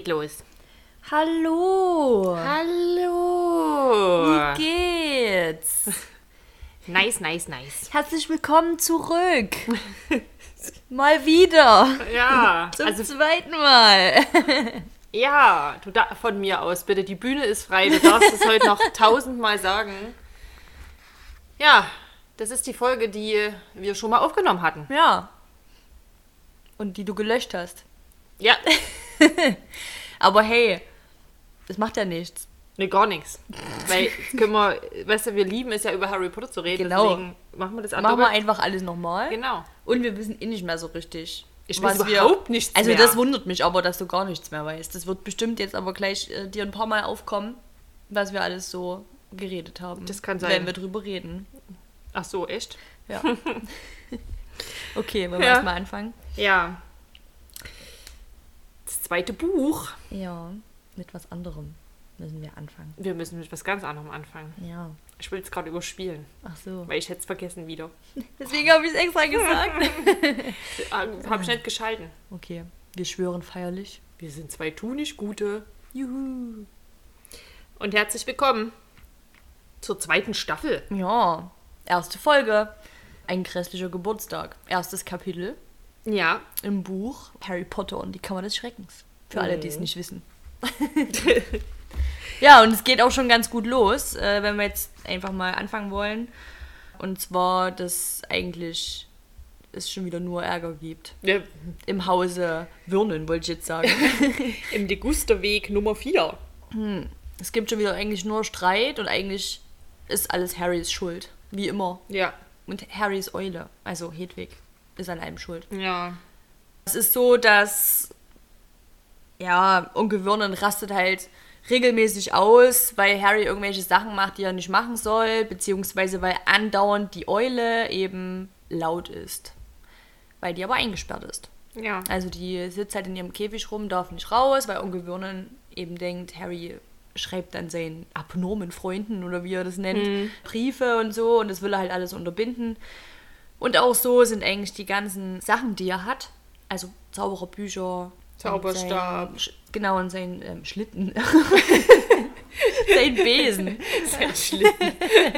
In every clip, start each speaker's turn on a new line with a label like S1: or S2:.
S1: geht los.
S2: Hallo.
S1: Hallo.
S2: Wie geht's?
S1: Nice.
S2: Herzlich willkommen zurück. Mal wieder.
S1: Ja.
S2: Zum zweiten Mal.
S1: Ja, von mir aus, bitte. Die Bühne ist frei. Du darfst es heute noch 1000-mal sagen. Ja, das ist die Folge, die wir schon mal aufgenommen hatten.
S2: Ja. Und die du gelöscht hast.
S1: Ja.
S2: Aber hey, das macht ja nichts.
S1: Nee, gar nichts. Weil, können wir, weißt du, wir lieben es ja, über Harry Potter zu reden.
S2: Genau.
S1: Deswegen machen wir das
S2: Machen wir einfach alles nochmal.
S1: Genau.
S2: Und wir wissen nicht mehr so richtig.
S1: Ich weiß überhaupt nichts
S2: also
S1: mehr.
S2: Das wundert mich aber, dass du gar nichts mehr weißt. Das wird bestimmt jetzt aber gleich dir ein paar Mal aufkommen, was wir alles so geredet haben.
S1: Das kann sein.
S2: Wenn wir drüber reden.
S1: Ach so, echt?
S2: Ja. Okay, wollen wir erstmal anfangen?
S1: Ja. Das zweite Buch.
S2: Ja, mit was anderem müssen wir anfangen.
S1: Wir müssen mit was ganz anderem anfangen.
S2: Ja.
S1: Ich will es gerade überspielen.
S2: Ach so.
S1: Weil ich hätte es vergessen wieder.
S2: Deswegen habe ich es extra gesagt.
S1: Habe ich nicht geschalten.
S2: Okay, wir schwören feierlich.
S1: Wir sind zwei Tunichtgute.
S2: Juhu.
S1: Und herzlich willkommen zur zweiten Staffel.
S2: Ja, erste Folge. Ein grässlicher Geburtstag. Erstes Kapitel
S1: Ja.
S2: im Buch Harry Potter und die Kammer des Schreckens. Für alle, die es nicht wissen. Ja, und es geht auch schon ganz gut los, wenn wir jetzt einfach mal anfangen wollen. Und zwar, dass eigentlich es schon wieder nur Ärger gibt.
S1: Ja.
S2: Im Hause Vernon, wollte ich jetzt sagen.
S1: Im Degusterweg Nummer 4.
S2: Es gibt schon wieder eigentlich nur Streit und eigentlich ist alles Harrys Schuld. Wie immer.
S1: Ja.
S2: Und Harrys Eule, also Hedwig, ist an allem schuld.
S1: Ja.
S2: Es ist so, dass Onkel Vernon rastet halt regelmäßig aus, weil Harry irgendwelche Sachen macht, die er nicht machen soll, beziehungsweise weil andauernd die Eule eben laut ist. Weil die aber eingesperrt ist.
S1: Ja.
S2: Also die sitzt halt in ihrem Käfig rum, darf nicht raus, weil Onkel Vernon eben denkt, Harry schreibt dann seinen abnormen Freunden oder wie er das nennt, Briefe und so, und das will er halt alles unterbinden. Und auch so sind eigentlich die ganzen Sachen, die er hat, also Zaubererbücher,
S1: Zauberstab.
S2: Und sein Schlitten. Sein Besen.
S1: Sein Schlitten.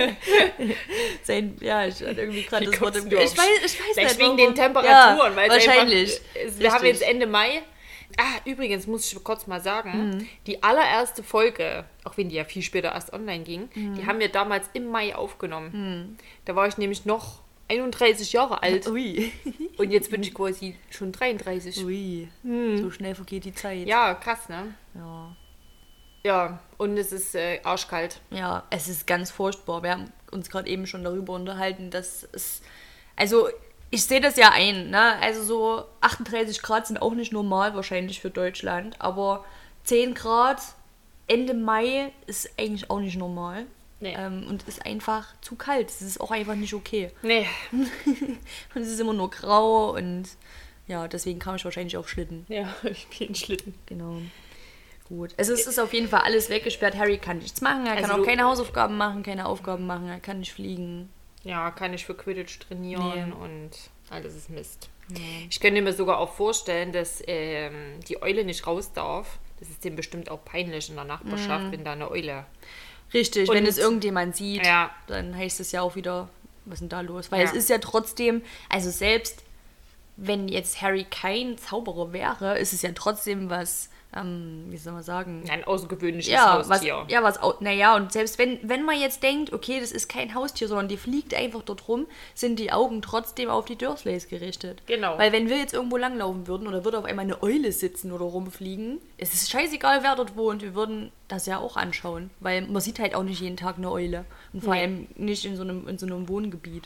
S2: Ich hatte irgendwie gerade das Wort im
S1: Ich
S2: Ich weiß
S1: Vielleicht
S2: nicht,
S1: wegen
S2: warum.
S1: den Temperaturen.
S2: Ja,
S1: weil
S2: wahrscheinlich.
S1: Wir haben jetzt Ende Mai. Übrigens muss ich kurz mal sagen, die allererste Folge, auch wenn die ja viel später erst online ging, die haben wir damals im Mai aufgenommen. Da war ich nämlich noch 31 Jahre alt.
S2: Ui.
S1: Und jetzt bin ich quasi schon 33.
S2: Ui. So schnell vergeht die Zeit.
S1: Ja, krass, ne?
S2: Ja.
S1: Ja, und es ist arschkalt.
S2: Ja, es ist ganz furchtbar. Wir haben uns gerade eben schon darüber unterhalten, dass es... Also, ich sehe das ja ein, ne? Also so 38 Grad sind auch nicht normal wahrscheinlich für Deutschland, aber 10 Grad Ende Mai ist eigentlich auch nicht normal.
S1: Nee.
S2: Und ist einfach zu kalt. Es ist auch einfach nicht okay.
S1: Nee.
S2: Und es ist immer nur grau und ja, deswegen kam ich wahrscheinlich auf Schlitten.
S1: Ja, ich bin Schlitten.
S2: Genau. Gut. Also es ist auf jeden Fall alles weggesperrt. Harry kann nichts machen, er kann auch keine Hausaufgaben machen, keine Aufgaben machen, er kann nicht fliegen.
S1: Ja, kann ich für Quidditch trainieren und alles ist Mist.
S2: Nee.
S1: Ich könnte mir sogar auch vorstellen, dass die Eule nicht raus darf. Das ist dem bestimmt auch peinlich in der Nachbarschaft, wenn da eine Eule...
S2: Richtig,
S1: Und
S2: wenn es irgendjemand sieht,
S1: ja.
S2: dann heißt es ja auch wieder, was ist denn da los? Weil es ist ja trotzdem, also selbst wenn jetzt Harry kein Zauberer wäre, ist es ja trotzdem was, wie soll man sagen?
S1: Ein außergewöhnliches Haustier.
S2: Und selbst wenn man jetzt denkt, okay, das ist kein Haustier, sondern die fliegt einfach dort rum, sind die Augen trotzdem auf die Dursleys gerichtet.
S1: Genau.
S2: Weil wenn wir jetzt irgendwo langlaufen würden oder würde auf einmal eine Eule sitzen oder rumfliegen, es ist scheißegal, wer dort wohnt, wir würden das ja auch anschauen. Weil man sieht halt auch nicht jeden Tag eine Eule. Und vor allem nicht in so einem Wohngebiet.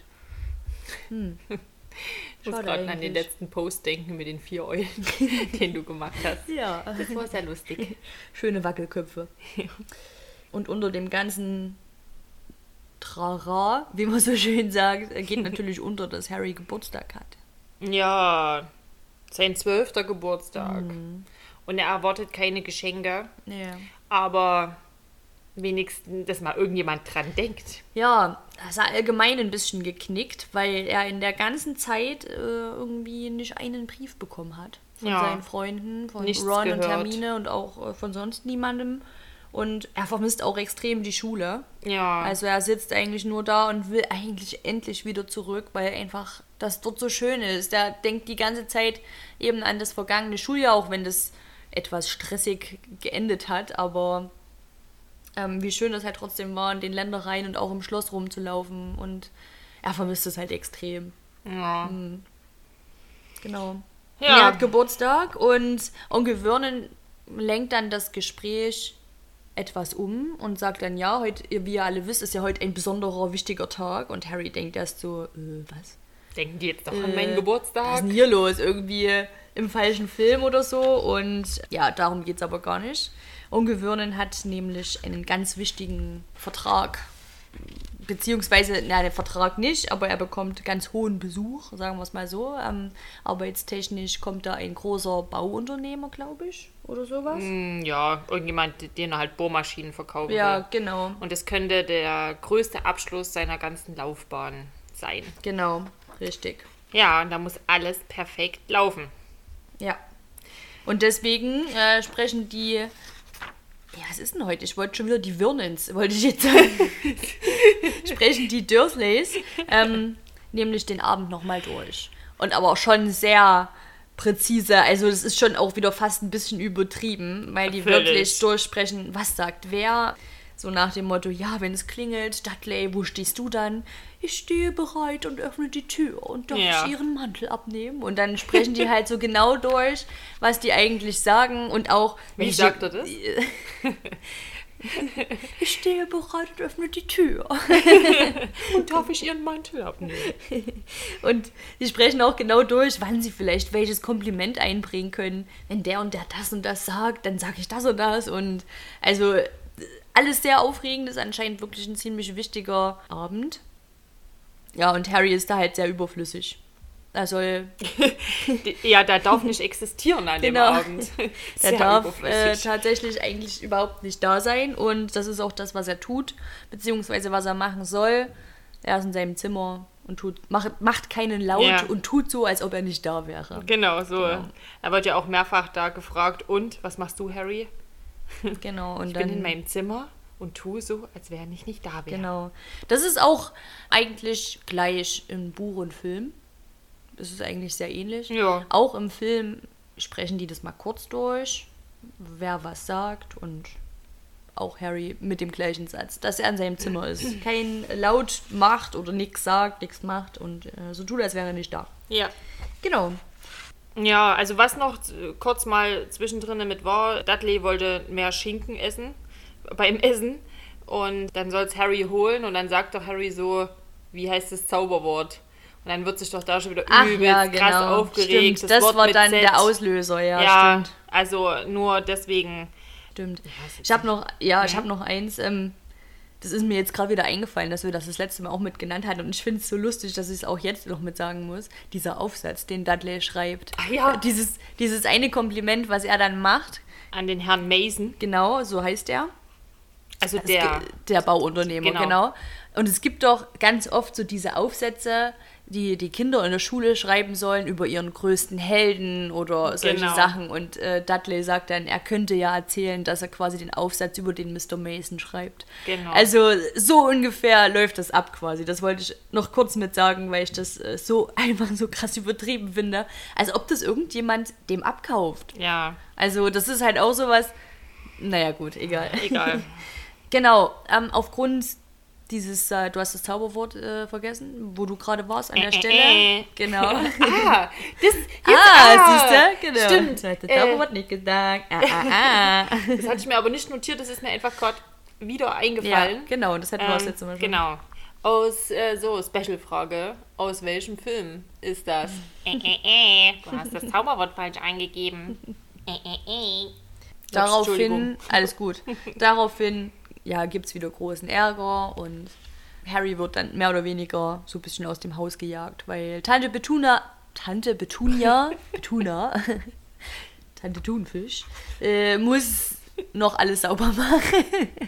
S1: Ich muss gerade an den letzten Post denken mit den 4 Eulen, den du gemacht hast.
S2: Ja.
S1: Das war sehr lustig.
S2: Schöne Wackelköpfe.
S1: Ja.
S2: Und unter dem ganzen Trara, wie man so schön sagt, geht natürlich unter, dass Harry Geburtstag hat.
S1: Ja, sein 12. Geburtstag. Und er erwartet keine Geschenke,
S2: Ja.
S1: aber wenigstens, dass mal irgendjemand dran denkt.
S2: Ja, das ist allgemein ein bisschen geknickt, weil er in der ganzen Zeit irgendwie nicht einen Brief bekommen hat. von seinen Freunden, von
S1: Nichts
S2: Ron
S1: gehört.
S2: und Hermine und auch von sonst niemandem. Und er vermisst auch extrem die Schule.
S1: Ja.
S2: Also er sitzt eigentlich nur da und will eigentlich endlich wieder zurück, weil einfach das dort so schön ist. Er denkt die ganze Zeit eben an das vergangene Schuljahr, auch wenn das etwas stressig geendet hat. Aber wie schön das halt trotzdem war, in den Ländereien und auch im Schloss rumzulaufen. Und er vermisst es halt extrem.
S1: Ja.
S2: Genau.
S1: Ja.
S2: Er hat Geburtstag und Onkel Vernon lenkt dann das Gespräch etwas um und sagt dann, ja, heute, wie ihr alle wisst, ist ja heute ein besonderer, wichtiger Tag. Und Harry denkt erst so, was?
S1: Denken die jetzt doch an meinen
S2: Was
S1: Geburtstag?
S2: ist denn hier los? Irgendwie im falschen Film oder so. Und ja, darum geht es aber gar nicht. Onkel Vernon hat nämlich einen ganz wichtigen Vertrag. Beziehungsweise, den Vertrag nicht, aber er bekommt ganz hohen Besuch, sagen wir es mal so. Arbeitstechnisch kommt da ein großer Bauunternehmer, glaube ich, oder sowas.
S1: Ja, irgendjemand, den er halt Bohrmaschinen verkaufen
S2: Ja,
S1: will.
S2: genau.
S1: Und es könnte der größte Abschluss seiner ganzen Laufbahn sein.
S2: Genau, richtig.
S1: Ja, und da muss alles perfekt laufen.
S2: Ja. Und deswegen sprechen die... Ja, was ist denn heute? Ich wollte schon wieder die Vernons, wollte ich jetzt sagen. Sprechen die Dursleys nämlich den Abend nochmal durch. Und aber auch schon sehr präzise. Also das ist schon auch wieder fast ein bisschen übertrieben, weil die
S1: Völlig.
S2: wirklich durchsprechen, was sagt wer. So nach dem Motto, ja, wenn es klingelt, Dudley, wo stehst du dann? Ich stehe bereit und öffne die Tür und darf
S1: Ja.
S2: ich ihren Mantel abnehmen? Und dann sprechen die halt so genau durch, was die eigentlich sagen und auch...
S1: Wie sagt er das?
S2: Ich stehe bereit und öffne die Tür.
S1: Und darf ich ihren Mantel abnehmen?
S2: Und die sprechen auch genau durch, wann sie vielleicht welches Kompliment einbringen können. Wenn der und der das und das sagt, dann sage ich das und das. Und also alles sehr aufregend, ist anscheinend wirklich ein ziemlich wichtiger Abend. Ja, und Harry ist da halt sehr überflüssig. Also
S1: Ja, der darf nicht existieren an dem
S2: Genau.
S1: Abend.
S2: der
S1: Sehr
S2: darf
S1: überflüssig.
S2: tatsächlich eigentlich überhaupt nicht da sein. Und das ist auch das, was er tut, beziehungsweise was er machen soll. Er ist in seinem Zimmer und macht keinen Laut
S1: Ja.
S2: und tut so, als ob er nicht da wäre.
S1: Genau, so. Er wird ja auch mehrfach da gefragt, und, was machst du, Harry?
S2: Genau, und
S1: Ich
S2: dann
S1: bin in meinem Zimmer und tue so, als wäre ich nicht da wäre.
S2: Genau. Das ist auch eigentlich gleich im Buch und Film. Das ist eigentlich sehr ähnlich.
S1: Ja.
S2: Auch im Film sprechen die das mal kurz durch, wer was sagt, und auch Harry mit dem gleichen Satz, dass er in seinem Zimmer ist. Kein Laut macht oder nichts sagt, nichts macht und so tut, als wäre er nicht da.
S1: Ja.
S2: Genau.
S1: Ja, also was noch kurz mal zwischendrin mit war, Dudley wollte mehr Schinken essen, beim Essen, und dann soll es Harry holen und dann sagt doch Harry so, wie heißt das Zauberwort? Und dann wird sich doch da schon wieder übelst krass aufgeregt.
S2: Stimmt. Das
S1: Wort
S2: war
S1: mit
S2: dann
S1: Z.
S2: der Auslöser, ja,
S1: Ja,
S2: stimmt.
S1: also nur deswegen.
S2: Stimmt. Ich habe noch eins, das ist mir jetzt gerade wieder eingefallen, dass wir das letzte Mal auch mit genannt hatten, und ich finde es so lustig, dass ich es auch jetzt noch mit sagen muss, dieser Aufsatz, den Dudley schreibt.
S1: Ach ja.
S2: Dieses eine Kompliment, was er dann macht,
S1: An den Herrn Mason,
S2: genau, so heißt er.
S1: also
S2: Es der Bauunternehmer, genau. Und es gibt doch ganz oft so diese Aufsätze, die die Kinder in der Schule schreiben sollen über ihren größten Helden oder solche
S1: Genau.
S2: Sachen. Und Dudley sagt dann, er könnte ja erzählen, dass er quasi den Aufsatz über den Mr. Mason schreibt.
S1: Genau.
S2: Also so ungefähr läuft das ab quasi. Das wollte ich noch kurz mit sagen, weil ich das so einfach so krass übertrieben finde. Als ob das irgendjemand dem abkauft.
S1: ja,
S2: Also das ist halt auch sowas, naja gut, egal.
S1: egal.
S2: Genau, aufgrund dieses, du hast das Zauberwort vergessen, wo du gerade warst, an der Stelle. Genau.
S1: Ah, das,
S2: Siehst du? Genau.
S1: Stimmt.
S2: Du hast das Zauberwort nicht gesagt.
S1: Das hatte ich mir aber nicht notiert, das ist mir einfach gerade wieder
S2: Ja,
S1: eingefallen.
S2: genau, das hatten wir das letzte Mal schon.
S1: Genau. Aus, Special-Frage. Aus welchem Film ist das? Du hast das Zauberwort falsch eingegeben.
S2: Daraufhin, alles gut. Daraufhin, ja, gibt es wieder großen Ärger und Harry wird dann mehr oder weniger so ein bisschen aus dem Haus gejagt, weil Tante Petunia, Tante Thunfisch, muss noch alles sauber machen.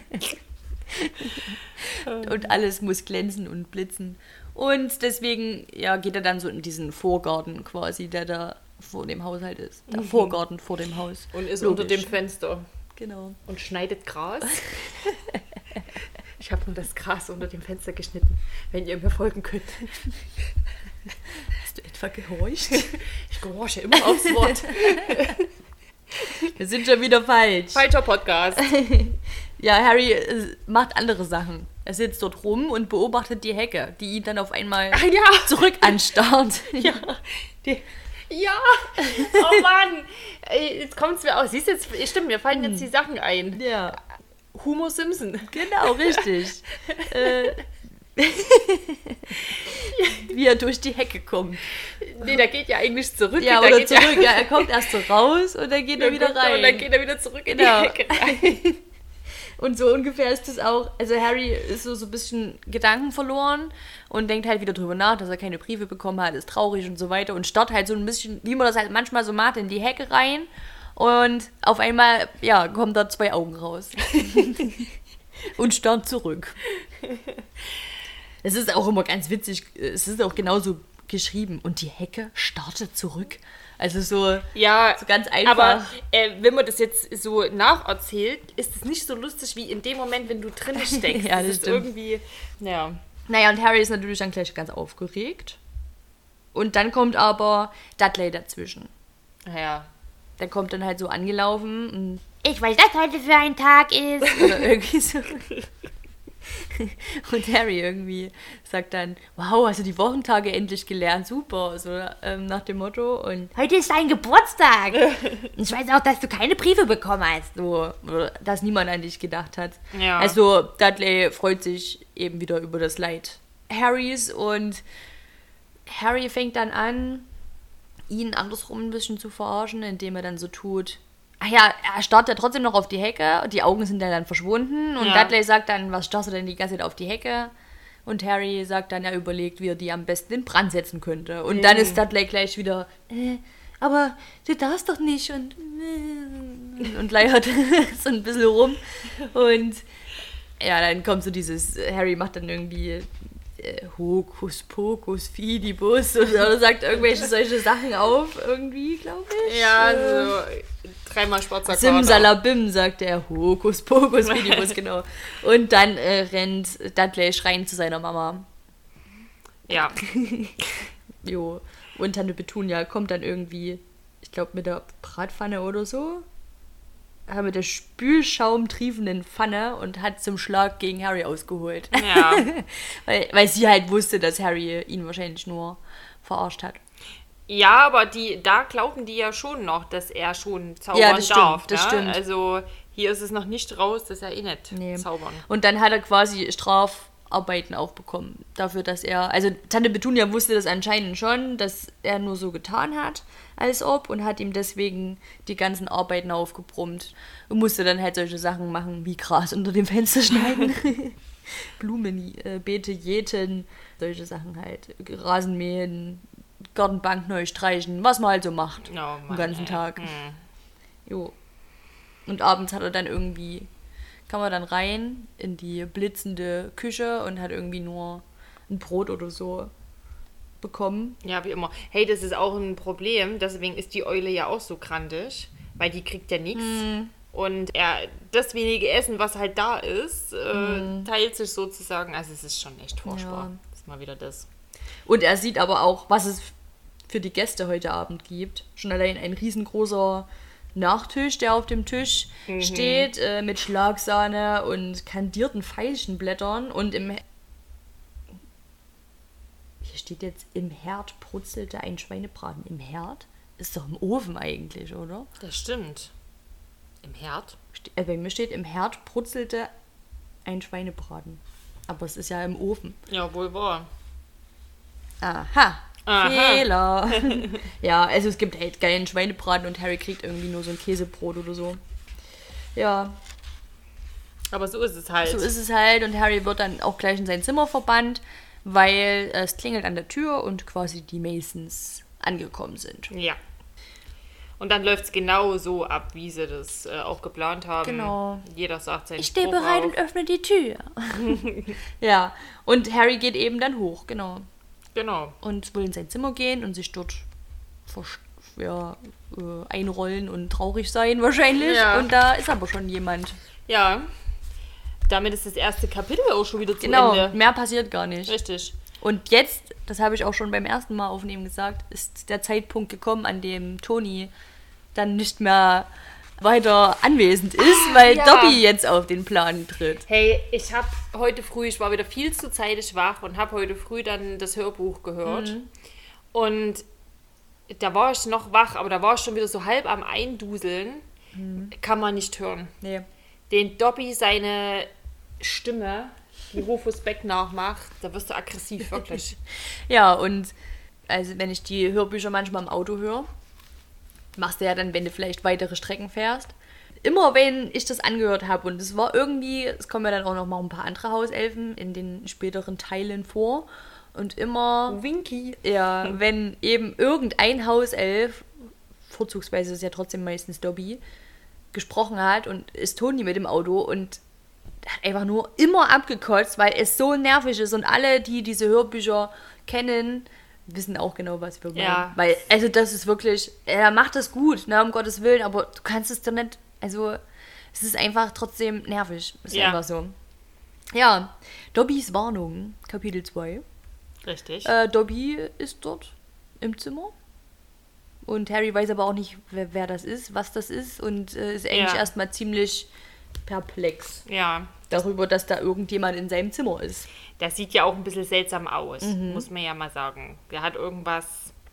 S2: Und alles muss glänzen und blitzen. Und deswegen, ja, geht er dann so in diesen Vorgarten quasi, der da vor dem Haushalt ist. Der Vorgarten vor dem Haus.
S1: Und ist
S2: Logisch.
S1: unter dem Fenster.
S2: Genau.
S1: Und schneidet Gras. Ich habe nur das Gras unter dem Fenster geschnitten, wenn ihr mir folgen könnt.
S2: Hast du etwa gehorcht?
S1: Ich gehorche immer aufs Wort.
S2: Wir sind schon wieder falsch.
S1: Falscher Podcast.
S2: Ja, Harry macht andere Sachen. Er sitzt dort rum und beobachtet die Hecke, die ihn dann auf einmal zurück anstarrt.
S1: Ja. Ja. Oh Mann. Jetzt kommt es mir aus. Siehst du, jetzt, stimmt, mir fallen jetzt die Sachen ein.
S2: Ja.
S1: Homer Simpson.
S2: Genau, richtig. Wie er durch die Hecke kommt.
S1: Nee, der geht ja eigentlich zurück.
S2: Ja, oder zurück. Ja, er kommt erst so raus und dann geht er wieder rein.
S1: Und dann geht er wieder zurück in die Hecke rein.
S2: Und so ungefähr ist es auch. Also Harry ist so ein bisschen Gedanken verloren und denkt halt wieder drüber nach, dass er keine Briefe bekommen hat, ist traurig und so weiter und starrt halt so ein bisschen, wie man das halt manchmal so macht, in die Hecke rein. Und auf einmal, ja, kommen da 2 Augen raus. Und starrt zurück. Es ist auch immer ganz witzig, es ist auch genauso geschrieben. Und die Hecke startet zurück. Also so ganz einfach.
S1: Aber wenn man das jetzt so nacherzählt, ist es nicht so lustig wie in dem Moment, wenn du drin steckst.
S2: Ja, das
S1: ist irgendwie, ja.
S2: Naja, und Harry ist natürlich dann gleich ganz aufgeregt. Und dann kommt aber Dudley dazwischen.
S1: Ja.
S2: Der kommt dann halt so angelaufen und ich weiß, was heute für ein Tag ist. Oder irgendwie so. Und Harry irgendwie sagt dann, wow, hast du die Wochentage endlich gelernt, super, so nach dem Motto. Und heute ist dein Geburtstag. Und ich weiß auch, dass du keine Briefe bekommen hast, so, oder dass niemand an dich gedacht hat.
S1: Ja.
S2: Also Dudley freut sich eben wieder über das Leid Harrys und Harry fängt dann an, ihn andersrum ein bisschen zu verarschen, indem er dann so tut, ach ja, er starrt ja trotzdem noch auf die Hecke, die Augen sind ja dann verschwunden und Dudley sagt dann, was starrst du denn die ganze Zeit auf die Hecke? Und Harry sagt dann, er überlegt, wie er die am besten in Brand setzen könnte. Und dann ist Dudley gleich wieder, aber du darfst doch nicht und leiert so ein bisschen rum. Und ja, dann kommt so dieses, Harry macht dann irgendwie Hokus Pokus Fidibus oder sagt irgendwelche solche Sachen auf, irgendwie, glaube ich.
S1: Ja, so 3-mal schwarzer Kater.
S2: Simsalabim, sagt er, Hokus Pokus Fidibus, genau. Und dann rennt Dudley schreiend zu seiner Mama.
S1: Ja.
S2: Jo. Und Tante Petunia kommt dann irgendwie, ich glaube mit der Bratpfanne oder so, mit der Spülschaum triefenden Pfanne und hat zum Schlag gegen Harry ausgeholt.
S1: Ja.
S2: weil sie halt wusste, dass Harry ihn wahrscheinlich nur verarscht hat.
S1: Ja, aber da glauben die ja schon noch, dass er schon zaubern darf.
S2: Das stimmt.
S1: Also hier ist es noch nicht raus, dass er nicht zaubern.
S2: Und dann hat er quasi Strafarbeiten auch bekommen dafür, dass er, also Tante Petunia wusste das anscheinend schon, dass er nur so getan hat, als ob, und hat ihm deswegen die ganzen Arbeiten aufgebrummt und musste dann halt solche Sachen machen, wie Gras unter dem Fenster schneiden, Blumenbeete jäten, solche Sachen halt, Rasen mähen, Gartenbank neu streichen, was man halt so macht den ganzen Tag. Jo. Und abends hat er dann irgendwie, kam er dann rein in die blitzende Küche und hat irgendwie nur ein Brot oder so bekommen.
S1: Ja, wie immer. Hey, das ist auch ein Problem, deswegen ist die Eule ja auch so grantig, weil die kriegt ja nichts. Und das wenige Essen, was halt da ist, teilt sich sozusagen, also es ist schon echt furchtbar.
S2: Ja.
S1: Das ist mal wieder das.
S2: Und er sieht aber auch, was es für die Gäste heute Abend gibt. Schon allein ein riesengroßer Nachtisch, der auf dem Tisch steht, mit Schlagsahne und kandierten Veilchenblättern. Und hier steht jetzt, im Herd brutzelte ein Schweinebraten. Im Herd? Ist doch im Ofen eigentlich, oder?
S1: Das stimmt. Im Herd?
S2: Bei mir steht, im Herd brutzelte ein Schweinebraten. Aber es ist ja im Ofen.
S1: Ja, wohl wahr.
S2: Aha. Fehler. Ja, also es gibt halt geilen Schweinebraten und Harry kriegt irgendwie nur so ein Käsebrot oder so. Ja.
S1: Aber so ist es halt.
S2: So ist es halt und Harry wird dann auch gleich in sein Zimmer verbannt, weil es klingelt an der Tür und quasi die Masons angekommen sind.
S1: Ja. Und dann läuft es genau so ab, wie sie das auch geplant haben.
S2: Genau.
S1: Jeder sagt seinen
S2: Ich stehe
S1: Spruch
S2: bereit
S1: auf.
S2: und öffne die Tür. Ja, und Harry geht eben dann hoch, genau.
S1: Genau.
S2: Und will in sein Zimmer gehen und sich dort einrollen und traurig sein wahrscheinlich.
S1: Ja.
S2: Und da ist aber schon jemand.
S1: Ja. Damit ist das erste Kapitel auch schon wieder zu
S2: Genau,
S1: Ende.
S2: mehr passiert gar nicht.
S1: Richtig.
S2: Und jetzt, das habe ich auch schon beim ersten Mal aufnehmen gesagt, ist der Zeitpunkt gekommen, an dem Toni dann nicht mehr weiter anwesend ist, weil
S1: ja.
S2: Dobby jetzt auf den Plan tritt.
S1: Hey, ich war wieder viel zu zeitig wach und habe heute früh dann das Hörbuch gehört. Und da war ich noch wach, aber da war ich schon wieder so halb am Einduseln. Kann man nicht hören.
S2: Nee.
S1: Den Dobby seine Stimme, die Rufus Beck nachmacht, da wirst du aggressiv, wirklich.
S2: Ja, und also wenn ich die Hörbücher manchmal im Auto höre, machst du ja dann, wenn du vielleicht weitere Strecken fährst. Immer wenn ich das angehört habe und es war irgendwie, es kommen ja dann auch noch mal ein paar andere Hauselfen in den späteren Teilen vor und immer,
S1: Winky.
S2: ja, wenn eben irgendein Hauself, vorzugsweise ist es ja trotzdem meistens Dobby, gesprochen hat und ist Toni mit dem Auto und hat einfach nur immer abgekotzt, weil es so nervig ist und alle, die diese Hörbücher kennen, wissen auch genau, was wir meinen.
S1: Ja.
S2: Weil, also das ist wirklich, er macht das gut, ne, um Gottes Willen, aber du kannst es doch nicht, also es ist einfach trotzdem nervig. Ist einfach so. Ja, Dobbys Warnung, Kapitel 2.
S1: Richtig.
S2: Dobby ist dort im Zimmer. Und Harry weiß aber auch nicht, wer das ist, was das ist und ist eigentlich erstmal ziemlich perplex
S1: Ja.
S2: darüber, dass da irgendjemand in seinem Zimmer ist.
S1: Der sieht ja auch ein bisschen seltsam aus, muss man ja mal sagen. Der hat irgendwas,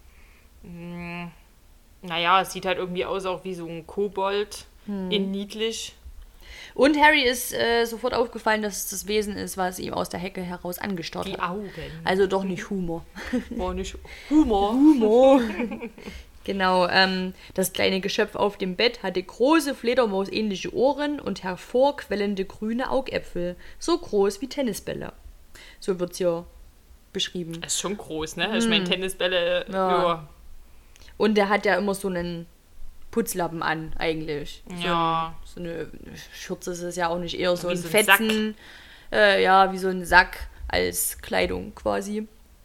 S1: es sieht halt irgendwie aus auch wie so ein Kobold in niedlich.
S2: Und Harry ist sofort aufgefallen, dass es das Wesen ist, was ihm aus der Hecke heraus angestarrt
S1: Die
S2: hat.
S1: Augen.
S2: Also doch nicht Humor.
S1: Oh, nicht Humor.
S2: Humor. Genau, das kleine Geschöpf auf dem Bett hatte große Fledermaus-ähnliche Ohren und hervorquellende grüne Augäpfel, so groß wie Tennisbälle. So wird es hier beschrieben.
S1: Das ist schon groß, ne? Ich meine, Tennisbälle,
S2: Ja. Und der hat ja immer so einen Putzlappen an, eigentlich.
S1: Ja.
S2: So eine Schürze ist es ja auch nicht, eher so
S1: Wie
S2: ein
S1: so ein
S2: Fetzen. Wie so ein Sack als Kleidung quasi.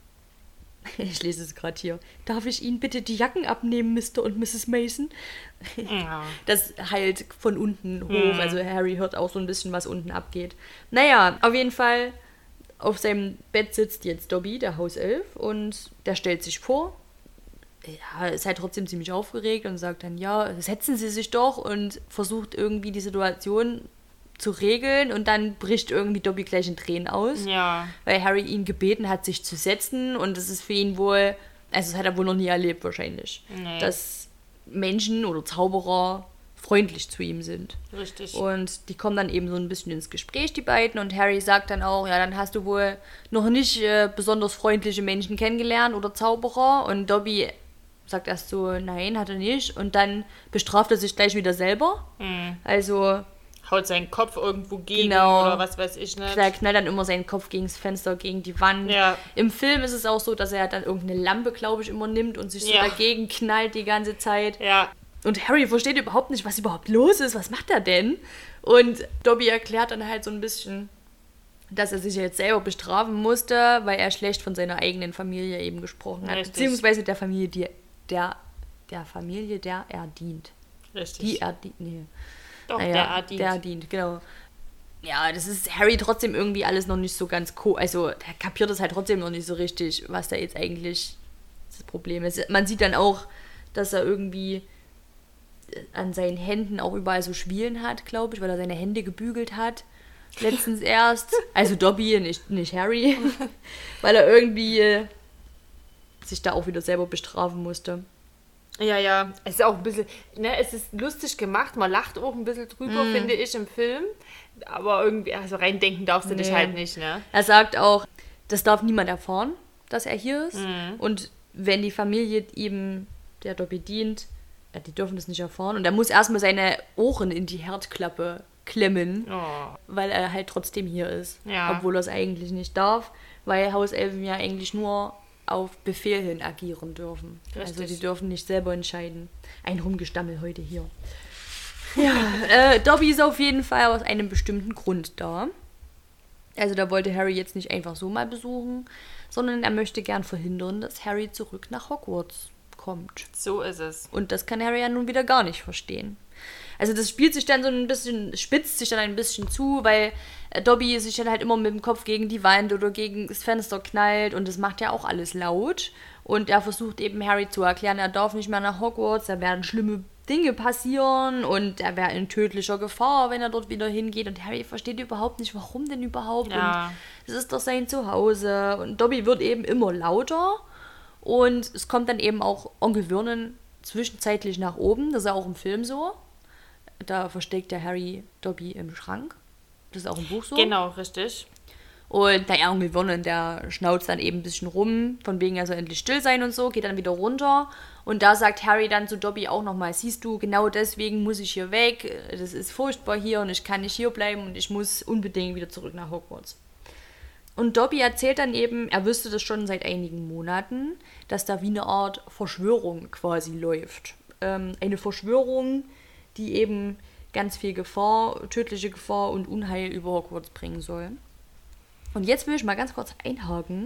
S2: Ich lese es gerade hier. Darf ich Ihnen bitte die Jacken abnehmen, Mr. und Mrs. Mason?
S1: Ja.
S2: Das heilt von unten hoch. Also Harry hört auch so ein bisschen, was unten abgeht. Naja, auf jeden Fall auf seinem Bett sitzt jetzt Dobby, der Hauself, und der stellt sich vor. Ja, ist halt trotzdem ziemlich aufgeregt und sagt dann, ja, setzen Sie sich doch, und versucht irgendwie die Situation zu regeln, und dann bricht irgendwie Dobby gleich in Tränen aus,
S1: Ja.
S2: weil Harry ihn gebeten hat, sich zu setzen, und das ist für ihn wohl, also das hat er wohl noch nie erlebt wahrscheinlich,
S1: Nee.
S2: dass Menschen oder Zauberer freundlich zu ihm sind.
S1: Richtig.
S2: Und die kommen dann eben so ein bisschen ins Gespräch, die beiden, und Harry sagt dann auch, ja, dann hast du wohl noch nicht besonders freundliche Menschen kennengelernt oder Zauberer, und Dobby sagt erst so, nein, hat er nicht, und dann bestraft er sich gleich wieder selber. Also
S1: Haut seinen Kopf irgendwo gegen
S2: Genau.
S1: oder was weiß ich nicht.
S2: der knallt dann immer seinen Kopf gegen das Fenster, gegen die Wand.
S1: Ja.
S2: Im Film ist es auch so, dass er dann irgendeine Lampe, glaube ich, immer nimmt und sich so
S1: Ja.
S2: dagegen knallt die ganze Zeit.
S1: Ja.
S2: Und Harry versteht überhaupt nicht, was überhaupt los ist. Was macht er denn? Und Dobby erklärt dann halt so ein bisschen, dass er sich jetzt selber bestrafen musste, weil er schlecht von seiner eigenen Familie eben gesprochen hat.
S1: Richtig.
S2: Beziehungsweise der Familie, der Familie, der er dient.
S1: Richtig.
S2: Die er dient. Nee.
S1: Doch,
S2: Naja,
S1: der
S2: der dient, genau. Ja, das ist Harry trotzdem irgendwie alles noch nicht so ganz also der kapiert das halt trotzdem noch nicht so richtig, was da jetzt eigentlich das Problem ist. Man sieht dann auch, dass er irgendwie an seinen Händen auch überall so Schwielen hat, glaube ich, weil er seine Hände gebügelt hat. Letztens erst. Also Dobby, nicht Harry. Weil er irgendwie sich da auch wieder selber bestrafen musste.
S1: Ja. Es ist auch ein bisschen, ne, es ist lustig gemacht, man lacht auch ein bisschen drüber, finde ich, im Film. Aber irgendwie, also reindenken darfst du dich
S2: Nee.
S1: halt nicht, ne?
S2: Er sagt auch, das darf niemand erfahren, dass er hier ist. Und wenn die Familie ihm, der Dobby dient, die dürfen das nicht erfahren. Und er muss erstmal seine Ohren in die Herdklappe klemmen,
S1: Oh.
S2: weil er halt trotzdem hier ist.
S1: Ja.
S2: Obwohl er es eigentlich nicht darf, weil Hauselfen ja eigentlich nur auf Befehl hin agieren dürfen. Also
S1: Richtig.
S2: die dürfen nicht selber entscheiden. Ein Rumgestammel heute hier. Ja, Dobby ist auf jeden Fall aus einem bestimmten Grund da. Also da wollte Harry jetzt nicht einfach so mal besuchen, sondern er möchte gern verhindern, dass Harry zurück nach Hogwarts kommt.
S1: So ist es.
S2: Und das kann Harry ja nun wieder gar nicht verstehen. Also das spielt sich dann so ein bisschen, spitzt sich dann ein bisschen zu, weil Dobby sich dann halt immer mit dem Kopf gegen die Wand oder gegen das Fenster knallt und das macht ja auch alles laut. Und er versucht eben Harry zu erklären, er darf nicht mehr nach Hogwarts, da werden schlimme Dinge passieren und er wäre in tödlicher Gefahr, wenn er dort wieder hingeht. Und Harry versteht überhaupt nicht, warum denn überhaupt.
S1: Ja.
S2: Und das ist doch sein Zuhause. Und Dobby wird eben immer lauter und es kommt dann eben auch Onkel Vernon zwischenzeitlich nach oben. Das ist ja auch im Film so. Da versteckt der Harry Dobby im Schrank. Das ist auch im Buch so.
S1: Genau, richtig.
S2: Und der Onkel Vernon, der schnauzt dann eben ein bisschen rum, von wegen er soll endlich still sein und so, geht dann wieder runter. Und da sagt Harry dann zu Dobby auch nochmal, siehst du, genau deswegen muss ich hier weg, das ist furchtbar hier und ich kann nicht hier bleiben und ich muss unbedingt wieder zurück nach Hogwarts. Und Dobby erzählt dann eben, er wüsste das schon seit einigen Monaten, dass da wie eine Art Verschwörung quasi läuft. Eine Verschwörung, die eben ganz viel Gefahr, tödliche Gefahr und Unheil über Hogwarts bringen soll. Und jetzt will ich mal ganz kurz einhaken.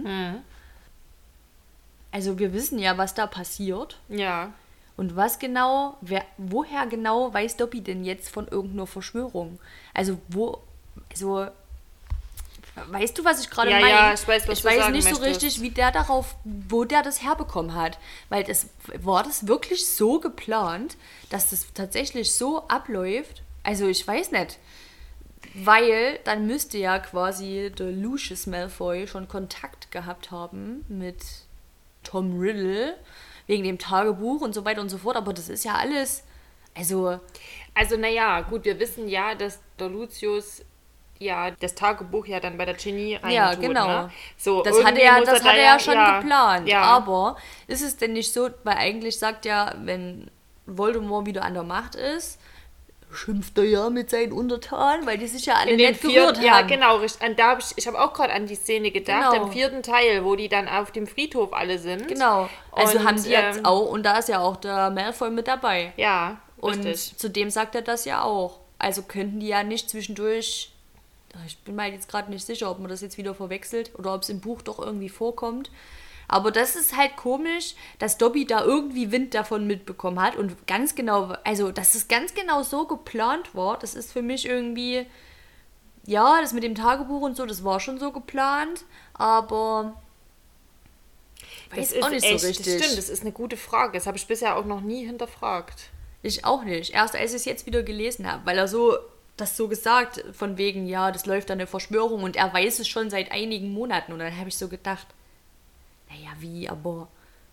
S2: Also wir wissen ja, was da passiert.
S1: Ja.
S2: Und woher genau weiß Dobby denn jetzt von irgendeiner Verschwörung? Also weißt du, was ich gerade meine?
S1: Ja, ich weiß, was du sagen
S2: nicht so
S1: möchtest.
S2: richtig, wo der das herbekommen hat. Weil war das wirklich so geplant, dass das tatsächlich so abläuft? Also ich weiß nicht. Weil dann müsste ja quasi der Lucius Malfoy schon Kontakt gehabt haben mit Tom Riddle wegen dem Tagebuch und so weiter und so fort. Aber das ist ja alles, Also
S1: naja, gut, wir wissen ja, dass der Lucius ja das Tagebuch ja dann bei der Ginny rein
S2: ja,
S1: tut,
S2: genau.
S1: Ne? So,
S2: das hat er ja schon
S1: ja,
S2: geplant.
S1: Ja.
S2: Aber ist es denn nicht so, weil eigentlich sagt ja, wenn Voldemort wieder an der Macht ist, schimpft er ja mit seinen Untertanen, weil die sich ja alle nicht berührt haben.
S1: Ja, genau. Ich habe auch gerade an die Szene gedacht,
S2: Genau.
S1: im 4. Teil, wo die dann auf dem Friedhof alle sind.
S2: Genau. Also
S1: Und,
S2: haben die jetzt auch, und da ist ja auch der Malfoy mit dabei.
S1: Ja,
S2: Und
S1: richtig.
S2: zudem sagt er das ja auch. Also könnten die ja nicht zwischendurch, ich bin mir jetzt gerade nicht sicher, ob man das jetzt wieder verwechselt oder ob es im Buch doch irgendwie vorkommt. Aber das ist halt komisch, dass Dobby da irgendwie Wind davon mitbekommen hat und ganz genau, also dass es ganz genau so geplant war, das ist für mich irgendwie, ja, das mit dem Tagebuch und so, das war schon so geplant, aber
S1: Das
S2: weiß auch
S1: ist
S2: nicht
S1: echt,
S2: so richtig.
S1: Das stimmt, das ist eine gute Frage. Das habe ich bisher auch noch nie hinterfragt.
S2: Ich auch nicht. Erst als ich es jetzt wieder gelesen habe, weil er das so gesagt, von wegen, ja, das läuft da eine Verschwörung und er weiß es schon seit einigen Monaten. Und dann habe ich so gedacht, naja, wie, aber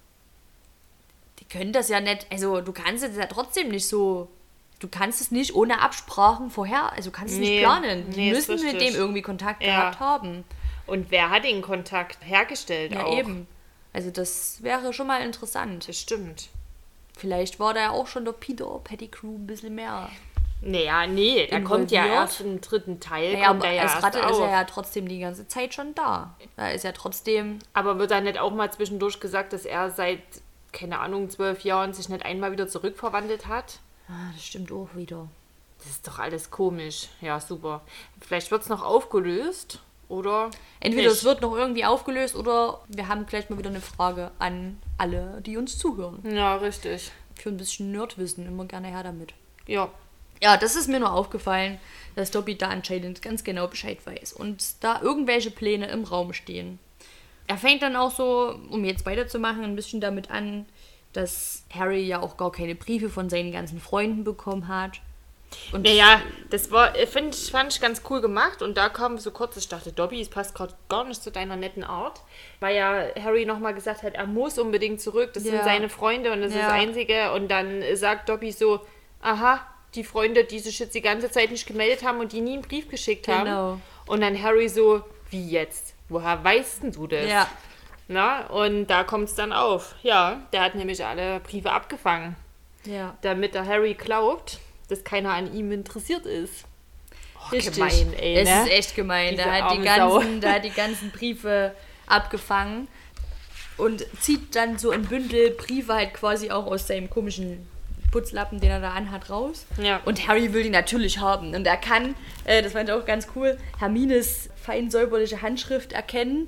S2: die können das ja nicht, also du kannst es ja trotzdem nicht so, du kannst es nicht ohne Absprachen vorher, also kannst es nicht planen. Die
S1: ist
S2: müssen mit
S1: richtig.
S2: dem irgendwie Kontakt gehabt haben.
S1: Und wer hat den Kontakt hergestellt
S2: Ja,
S1: auch?
S2: eben. Also das wäre schon mal interessant.
S1: Das stimmt.
S2: Vielleicht war da ja auch schon der Peter Pettigrew ein bisschen mehr.
S1: Naja, nee, der kommt ja
S2: Involviert.
S1: erst im 3. Teil.
S2: Ja,
S1: kommt
S2: aber
S1: er ja
S2: als
S1: erst
S2: Ratte ist
S1: auf.
S2: er ja trotzdem die ganze Zeit schon da. Da ist ja trotzdem.
S1: Aber wird da nicht auch mal zwischendurch gesagt, dass er seit, keine Ahnung, 12 Jahren sich nicht einmal wieder zurückverwandelt hat?
S2: Das stimmt auch wieder.
S1: Das ist doch alles komisch. Ja, super. Vielleicht wird es noch aufgelöst, oder?
S2: Entweder
S1: nicht.
S2: es wird noch irgendwie aufgelöst oder wir haben gleich mal wieder eine Frage an alle, die uns zuhören.
S1: Ja, richtig.
S2: Für ein bisschen Nerdwissen immer gerne her damit.
S1: Ja.
S2: Ja, das ist mir nur aufgefallen, dass Dobby da anscheinend ganz genau Bescheid weiß und da irgendwelche Pläne im Raum stehen. Er fängt dann auch so, um jetzt weiterzumachen, ein bisschen damit an, dass Harry ja auch gar keine Briefe von seinen ganzen Freunden bekommen hat. Und
S1: Naja, das war, fand ich ganz cool gemacht und da kam so kurz, ich dachte, Dobby, es passt gerade gar nicht zu deiner netten Art, weil ja Harry nochmal gesagt hat, er muss unbedingt zurück, das sind seine Freunde und das ist das Einzige und dann sagt Dobby so, aha, die Freunde, die sich jetzt die ganze Zeit nicht gemeldet haben und die nie einen Brief geschickt haben.
S2: Genau.
S1: Und dann Harry so, wie jetzt? Woher weißt denn du das?
S2: Ja.
S1: Na, und da kommt es dann auf. Ja, der hat nämlich alle Briefe abgefangen,
S2: Ja.
S1: damit der Harry glaubt, dass keiner an ihm interessiert ist. Oh,
S2: Richtig.
S1: gemein, ey,
S2: Es
S1: ne?
S2: ist echt gemein.
S1: Diese
S2: Da hat die ganzen Briefe abgefangen und zieht dann so ein Bündel Briefe halt quasi auch aus seinem komischen Putzlappen, den er da anhat, raus.
S1: Ja.
S2: Und Harry will die natürlich haben. Und er kann, das fand ich auch ganz cool, Hermines fein säuberliche Handschrift erkennen.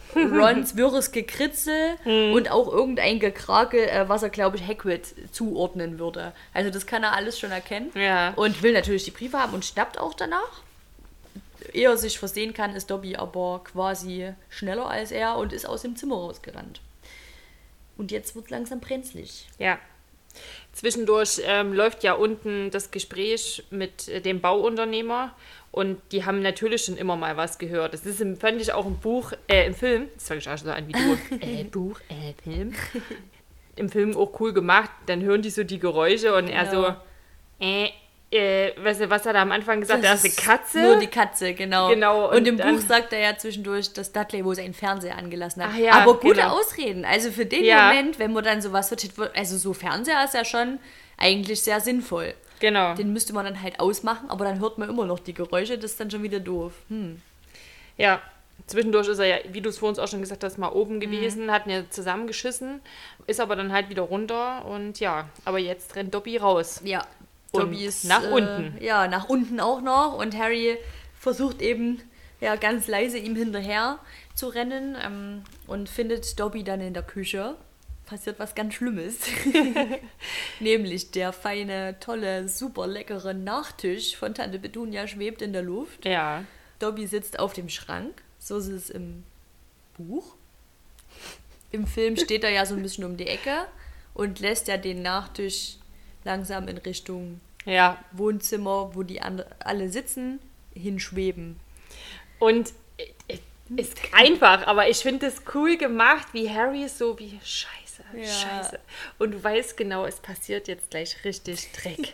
S2: Rons wirres Gekritzel und auch irgendein Gekrakel, was er, glaube ich, Hagrid zuordnen würde. Also das kann er alles schon erkennen.
S1: Ja.
S2: Und will natürlich die Briefe haben und schnappt auch danach. Ehe er sich versehen kann, ist Dobby aber quasi schneller als er und ist aus dem Zimmer rausgerannt. Und jetzt wird es langsam brenzlig.
S1: Ja. Zwischendurch läuft ja unten das Gespräch mit dem Bauunternehmer und die haben natürlich schon immer mal was gehört. Das ist, fand ich auch im Film, das fange ich auch schon so an wie du, Film. Im Film auch cool gemacht, dann hören die so die Geräusche und er so, weißt du, was hat er am Anfang gesagt?
S2: Das
S1: ist eine Katze?
S2: Nur die Katze, genau.
S1: Genau,
S2: Und im
S1: dann-
S2: Buch sagt er ja zwischendurch, dass Dudley wohl seinen Fernseher angelassen hat.
S1: Ach ja,
S2: Aber gute
S1: genau.
S2: Ausreden. Also für den
S1: Ja.
S2: Moment, wenn man dann sowas hört, also so Fernseher ist ja schon eigentlich sehr sinnvoll.
S1: Genau.
S2: Den müsste man dann halt ausmachen, aber dann hört man immer noch die Geräusche, das ist dann schon wieder doof.
S1: Ja, zwischendurch ist er ja, wie du es vor uns auch schon gesagt hast, mal oben gewesen, hatten ja zusammengeschissen, ist aber dann halt wieder runter und ja, aber jetzt rennt Dobby raus.
S2: Ja,
S1: Und
S2: Dobby ist
S1: nach unten.
S2: Ja, nach unten auch noch und Harry versucht eben ja ganz leise ihm hinterher zu rennen und findet Dobby dann in der Küche. Passiert was ganz Schlimmes. Nämlich der feine, tolle, super leckere Nachtisch von Tante Petunia schwebt in der Luft.
S1: Ja.
S2: Dobby sitzt auf dem Schrank. So ist es im Buch. Im Film steht er ja so ein bisschen um die Ecke und lässt ja den Nachtisch langsam in Richtung
S1: Ja.
S2: Wohnzimmer, wo die alle sitzen, hinschweben.
S1: Und ist einfach, aber ich finde es cool gemacht, wie Harry so wie Scheiße. Und du weißt genau, es passiert jetzt gleich richtig Dreck.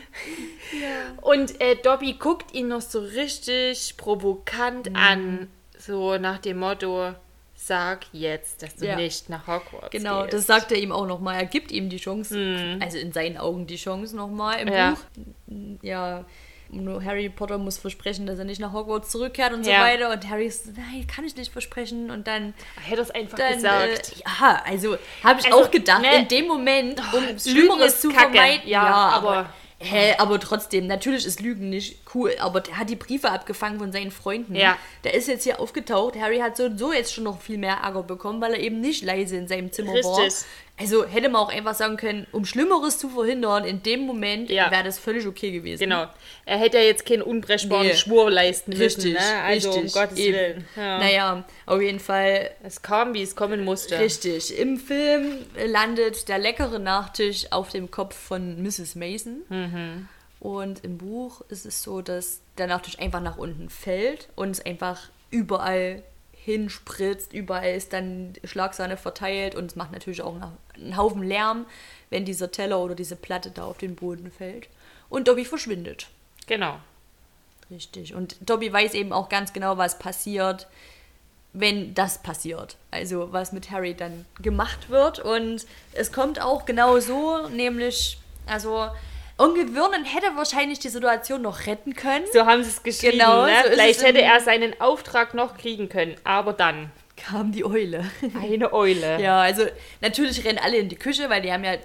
S1: Und Dobby guckt ihn noch so richtig provokant an, so nach dem Motto, sag jetzt, dass du
S2: Ja.
S1: nicht nach Hogwarts
S2: Genau,
S1: gehst.
S2: das sagt er ihm auch nochmal. Er gibt ihm die Chance, also in seinen Augen die Chance nochmal im
S1: Ja.
S2: Buch. Ja, nur Harry Potter muss versprechen, dass er nicht nach Hogwarts zurückkehrt und so
S1: Ja.
S2: weiter. Und Harry ist, nein, kann ich nicht versprechen. Und dann
S1: Er hätte es einfach
S2: dann,
S1: gesagt.
S2: ja, also habe ich
S1: Also,
S2: auch gedacht,
S1: ne,
S2: in dem Moment, um
S1: Lügen
S2: Schlimmeres
S1: ist
S2: zu
S1: Kacke.
S2: vermeiden.
S1: Ja, aber-
S2: aber trotzdem, natürlich ist Lügen nicht cool, aber der hat die Briefe abgefangen von seinen Freunden.
S1: Ja.
S2: Der ist jetzt hier aufgetaucht. Harry hat so jetzt schon noch viel mehr Ärger bekommen, weil er eben nicht leise in seinem Zimmer war.
S1: Richtig.
S2: Also hätte man auch einfach sagen können, um Schlimmeres zu verhindern, in dem Moment
S1: Ja.
S2: wäre das völlig okay gewesen.
S1: Genau. Er hätte ja jetzt keinen unbrechbaren
S2: Nee.
S1: Schwur leisten müssen.
S2: Richtig,
S1: Ne? Also
S2: richtig.
S1: um Gottes
S2: eben.
S1: Willen. Ja.
S2: Naja, auf jeden Fall
S1: Es kam, wie es kommen musste.
S2: richtig. Im Film landet der leckere Nachtisch auf dem Kopf von Mrs. Mason. Und im Buch ist es so, dass der Nachtisch einfach nach unten fällt und es einfach überall hinspritzt. Überall ist dann Schlagsahne verteilt und es macht natürlich auch einen Haufen Lärm, wenn dieser Teller oder diese Platte da auf den Boden fällt. Und Dobby verschwindet.
S1: Genau.
S2: Richtig. Und Dobby weiß eben auch ganz genau, was passiert, wenn das passiert. Also was mit Harry dann gemacht wird. Und es kommt auch genau so, nämlich, also Onkel Vernon hätte wahrscheinlich die Situation noch retten können.
S1: So haben sie es geschrieben.
S2: Genau,
S1: Ne?
S2: so ist
S1: Vielleicht
S2: es
S1: hätte
S2: im-
S1: er seinen Auftrag noch kriegen können. Aber dann
S2: Kam die Eule.
S1: eine Eule.
S2: Ja, also natürlich rennen alle in die Küche, weil die haben ja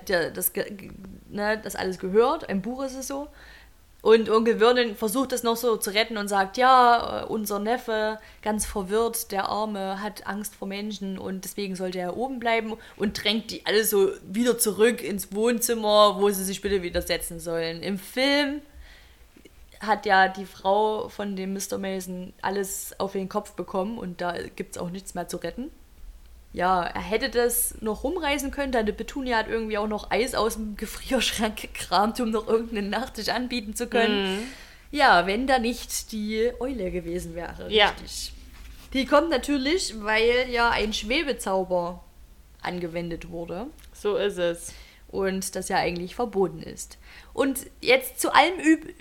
S2: das alles gehört. Im Buch ist es so. Und Onkel Vernon versucht es noch so zu retten und sagt, ja, unser Neffe, ganz verwirrt, der Arme, hat Angst vor Menschen und deswegen sollte er oben bleiben und drängt die alle so wieder zurück ins Wohnzimmer, wo sie sich bitte wieder setzen sollen. Im Film hat ja die Frau von dem Mr. Mason alles auf den Kopf bekommen und da gibt es auch nichts mehr zu retten. Ja, er hätte das noch rumreißen können. Tante Petunia hat irgendwie auch noch Eis aus dem Gefrierschrank gekramt, um noch irgendeinen Nachtisch anbieten zu können. Ja, wenn da nicht die Eule gewesen wäre.
S1: Ja.
S2: Richtig. Die kommt natürlich, weil ja ein Schwebezauber angewendet wurde
S1: So ist es.
S2: und das ja eigentlich verboten ist. Und jetzt zu allem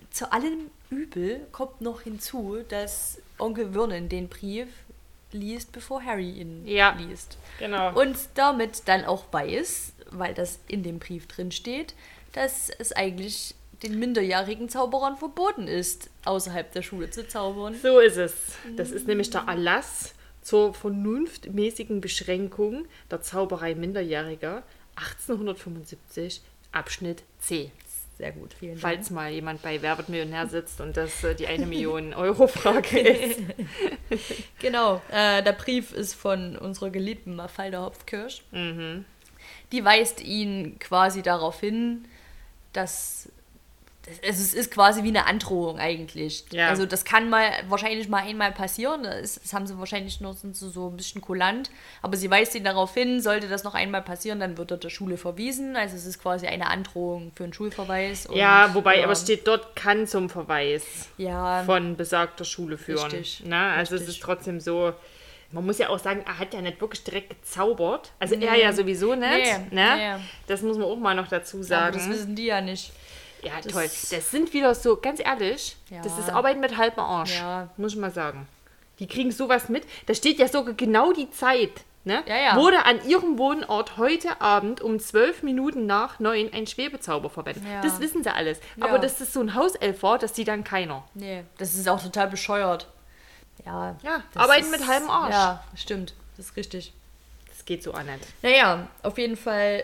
S2: Übel kommt noch hinzu, dass Onkel Vernon den Brief liest, bevor Harry ihn
S1: Ja.
S2: liest.
S1: Genau.
S2: Und damit dann auch weiß, weil das in dem Brief drin steht, dass es eigentlich den minderjährigen Zauberern verboten ist, außerhalb der Schule zu zaubern.
S1: So ist es. Das ist nämlich der Erlass zur vernunftmäßigen Beschränkung der Zauberei Minderjähriger 1875, Abschnitt C.
S2: Sehr gut, vielen Dank.
S1: Falls mal jemand bei Wer wird Millionär sitzt und das die 1 Million Euro Frage ist.
S2: Genau, der Brief ist von unserer geliebten Mafalda Hopfkirsch. Die weist ihn quasi darauf hin, dass es ist quasi wie eine Androhung eigentlich.
S1: Ja.
S2: Also das kann wahrscheinlich mal einmal passieren. Das haben sie wahrscheinlich nur sind sie so ein bisschen kulant. Aber sie weist ihn darauf hin, sollte das noch einmal passieren, dann wird er der Schule verwiesen. Also es ist quasi eine Androhung für einen Schulverweis. Und,
S1: aber steht dort, kann zum Verweis
S2: ja,
S1: von besagter Schule führen.
S2: Richtig.
S1: Na, also
S2: Richtig.
S1: es ist trotzdem so, man muss ja auch sagen, er hat ja nicht wirklich direkt gezaubert. Also er ja sowieso nicht. Ne?
S2: Nee.
S1: Das muss man auch mal noch dazu sagen.
S2: Aber das wissen die ja nicht.
S1: Ja, toll. Das sind wieder so, ganz ehrlich,
S2: Ja.
S1: das ist Arbeiten mit halbem Arsch.
S2: Ja.
S1: Muss ich mal sagen. Die kriegen sowas mit. Da steht ja sogar genau die Zeit. Ne?
S2: Ja.
S1: Wurde an ihrem Wohnort heute Abend um 12 Minuten nach 9 ein Schwebezauber verwendet.
S2: Ja.
S1: Das wissen sie alles.
S2: Ja.
S1: Aber dass das so ein Hauself war, das sieht dann keiner.
S2: Nee, das ist auch total bescheuert. Ja, das
S1: Arbeiten mit halbem Arsch.
S2: Ja, stimmt. Das ist richtig.
S1: Das geht so auch nicht.
S2: Naja, auf jeden Fall.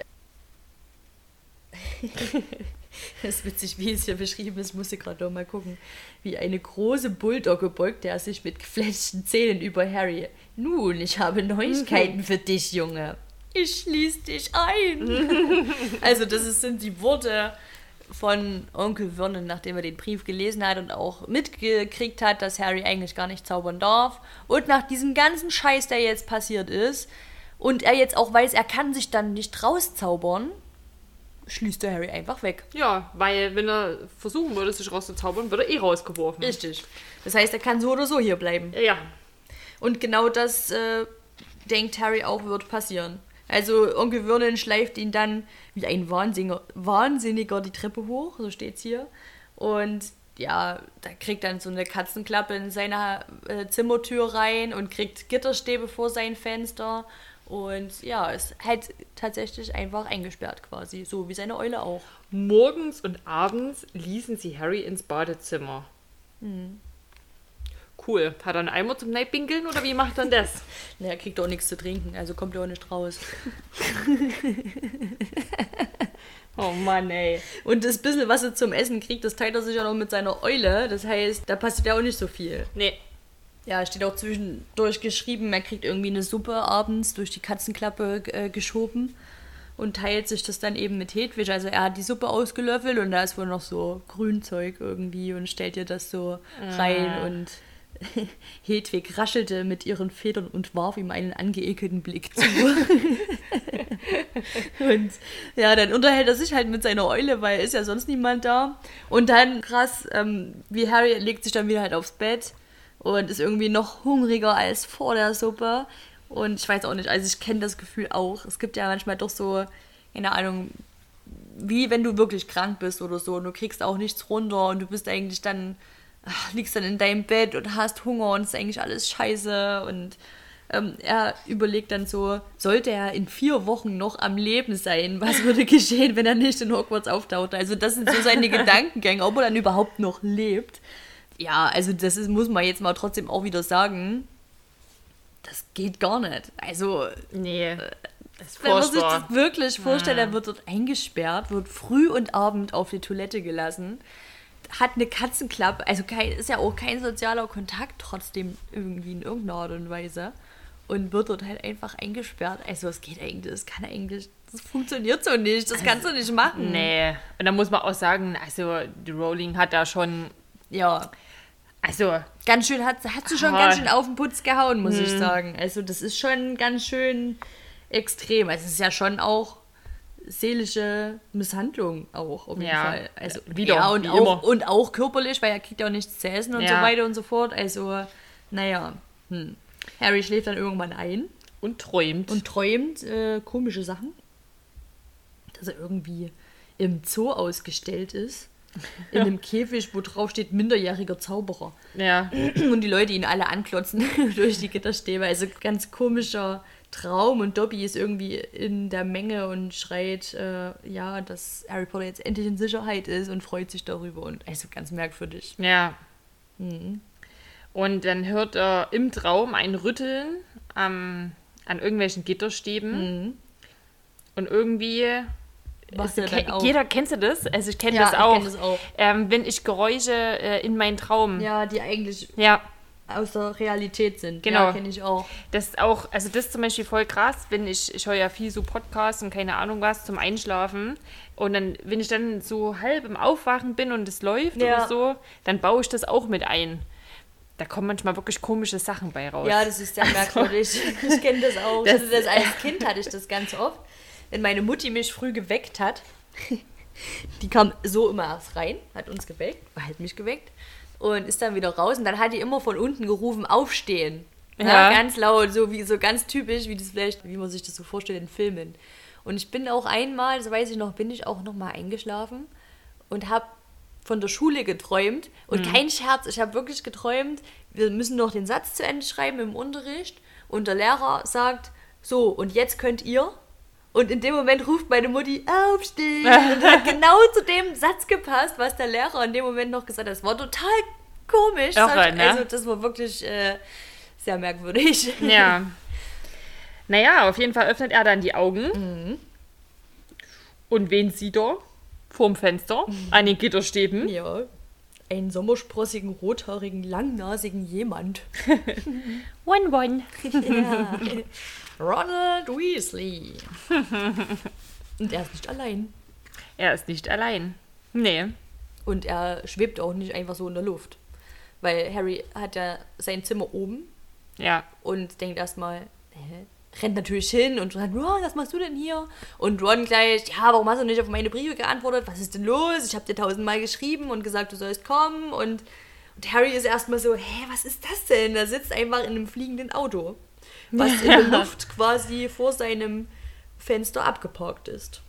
S2: Das ist witzig, wie es hier beschrieben ist. Muss ich gerade noch mal gucken. Wie eine große Bulldogge beugte er sich mit gefletschten Zähnen über Harry. Nun, ich habe Neuigkeiten für dich, Junge. Ich schließ dich ein. Also das sind die Worte von Onkel Vernon, nachdem er den Brief gelesen hat und auch mitgekriegt hat, dass Harry eigentlich gar nicht zaubern darf. Und nach diesem ganzen Scheiß, der jetzt passiert ist, und er jetzt auch weiß, er kann sich dann nicht rauszaubern, schließt der Harry einfach weg.
S1: Ja, weil wenn er versuchen würde, sich rauszuzaubern, wird er rausgeworfen.
S2: Richtig. Das heißt, er kann so oder so hier bleiben.
S1: Ja.
S2: Und genau das denkt Harry auch, wird passieren. Also Onkel Vernon schleift ihn dann wie ein Wahnsinniger die Treppe hoch, so steht's hier. Und ja, da kriegt dann so eine Katzenklappe in seine Zimmertür rein und kriegt Gitterstäbe vor sein Fenster. Und ja, ist halt tatsächlich einfach eingesperrt quasi, so wie seine Eule auch.
S1: Morgens und abends ließen sie Harry ins Badezimmer. Cool. Hat er einen Eimer zum Neipinkeln oder wie macht er das?
S2: Naja, kriegt auch nichts zu trinken, also kommt er auch nicht raus.
S1: Oh Mann, ey.
S2: Und das bisschen, was er zum Essen kriegt, das teilt er sich ja noch mit seiner Eule. Das heißt, da passiert ja auch nicht so viel.
S1: Nee.
S2: Ja, steht auch zwischendurch geschrieben, er kriegt irgendwie eine Suppe abends durch die Katzenklappe geschoben und teilt sich das dann eben mit Hedwig. Also er hat die Suppe ausgelöffelt und da ist wohl noch so Grünzeug irgendwie und stellt ihr das so rein und Hedwig raschelte mit ihren Federn und warf ihm einen angeekelten Blick zu. Und ja, dann unterhält er sich halt mit seiner Eule, weil ist ja sonst niemand da. Und dann krass, wie Harry legt sich dann wieder halt aufs Bett und ist irgendwie noch hungriger als vor der Suppe. Und ich weiß auch nicht, also ich kenne das Gefühl auch. Es gibt ja manchmal doch so, keine Ahnung, wie wenn du wirklich krank bist oder so und du kriegst auch nichts runter und du bist eigentlich dann, liegst dann in deinem Bett und hast Hunger und ist eigentlich alles scheiße. Und er überlegt dann so, sollte er in 4 Wochen noch am Leben sein? Was würde geschehen, wenn er nicht in Hogwarts auftaucht? Also das sind so seine Gedankengänge, ob er dann überhaupt noch lebt. Ja, also das muss man jetzt mal trotzdem auch wieder sagen, das geht gar nicht. Also,
S1: Nee. Das ist
S2: wenn man sich
S1: furchtbar.
S2: das wirklich vorstellt, er wird dort eingesperrt, wird früh und abend auf die Toilette gelassen, hat eine Katzenklappe, also ist ja auch kein sozialer Kontakt trotzdem irgendwie in irgendeiner Art und Weise und wird dort halt einfach eingesperrt. Also es geht eigentlich, das funktioniert so nicht, das kannst du nicht machen.
S1: Nee. Und da muss man auch sagen, also die Rowling hat da schon,
S2: Ja,
S1: also
S2: ganz schön, hat sie schon ganz schön auf den Putz gehauen, muss ich sagen. Also das ist schon ganz schön extrem. Also es ist ja schon auch seelische Misshandlung auch auf jeden
S1: Ja,
S2: Fall. Also
S1: wieder,
S2: ja, und
S1: wie
S2: auch,
S1: immer.
S2: und auch körperlich, weil er kriegt ja auch nichts zu essen und so
S1: Ja.
S2: weiter und so fort. Also, naja. Harry schläft dann irgendwann ein
S1: und träumt.
S2: und träumt komische Sachen. Dass er irgendwie im Zoo ausgestellt ist. In einem Käfig, wo drauf steht minderjähriger Zauberer.
S1: ja.
S2: Und die Leute ihn alle anklotzen durch die Gitterstäbe. Also ganz komischer Traum. Und Dobby ist irgendwie in der Menge und schreit, ja, dass Harry Potter jetzt endlich in Sicherheit ist und freut sich darüber. Und also ganz merkwürdig.
S1: Ja. Und dann hört er im Traum ein Rütteln an irgendwelchen Gitterstäben. Und irgendwie
S2: machst du dann auch.
S1: Jeder, kennst du das? Also ich kenne
S2: Ja,
S1: das auch.
S2: ich kenn das auch.
S1: Wenn ich Geräusche in meinen Traum...
S2: Ja, die eigentlich
S1: Ja,
S2: aus der Realität sind.
S1: Genau.
S2: Ja, kenne ich auch.
S1: das ist auch, also das ist zum Beispiel voll krass, wenn ich höre ja viel so Podcasts und keine Ahnung was zum Einschlafen und dann, wenn ich dann so halb im Aufwachen bin und es läuft
S2: Ja.
S1: oder so, dann baue ich das auch mit ein. Da kommen manchmal wirklich komische Sachen bei raus.
S2: Ja, das ist sehr merkwürdig. Ich kenne das auch.
S1: Das-
S2: Also das als Kind hatte ich das ganz oft. Wenn meine Mutti mich früh geweckt hat, die kam so immer erst rein, hat uns geweckt, hat mich geweckt und ist dann wieder raus und dann hat die immer von unten gerufen, aufstehen. Ja. Ganz laut, so ganz typisch, wie man sich das so vorstellt in Filmen. Und ich bin auch einmal, das weiß ich noch, bin ich auch noch mal eingeschlafen und habe von der Schule geträumt und kein Scherz, ich habe wirklich geträumt, wir müssen noch den Satz zu Ende schreiben im Unterricht und der Lehrer sagt, so und jetzt könnt ihr und in dem Moment ruft meine Mutti, aufstehen und hat genau zu dem Satz gepasst, was der Lehrer in dem Moment noch gesagt hat. Das war total komisch.
S1: Irre, ne?
S2: Also das war wirklich sehr merkwürdig.
S1: Ja. Naja, auf jeden Fall öffnet er dann die Augen. Und wen sieht er? Vorm Fenster, an den Gitterstäben.
S2: Ja, einen sommersprossigen, rothaarigen, langnasigen jemand.
S1: One.
S2: Ja. Ronald Weasley. Und er ist nicht allein.
S1: Er ist nicht allein. Nee.
S2: Und er schwebt auch nicht einfach so in der Luft. Weil Harry hat ja sein Zimmer oben
S1: Ja.
S2: und denkt erstmal, rennt natürlich hin und sagt, Ron, was machst du denn hier? Und Ron gleich, ja, warum hast du nicht auf meine Briefe geantwortet? Was ist denn los? Ich habe dir 1000-mal geschrieben und gesagt, du sollst kommen. Und Harry ist erstmal so, was ist das denn? Er sitzt einfach in einem fliegenden Auto, was in der Luft quasi vor seinem Fenster abgeparkt ist.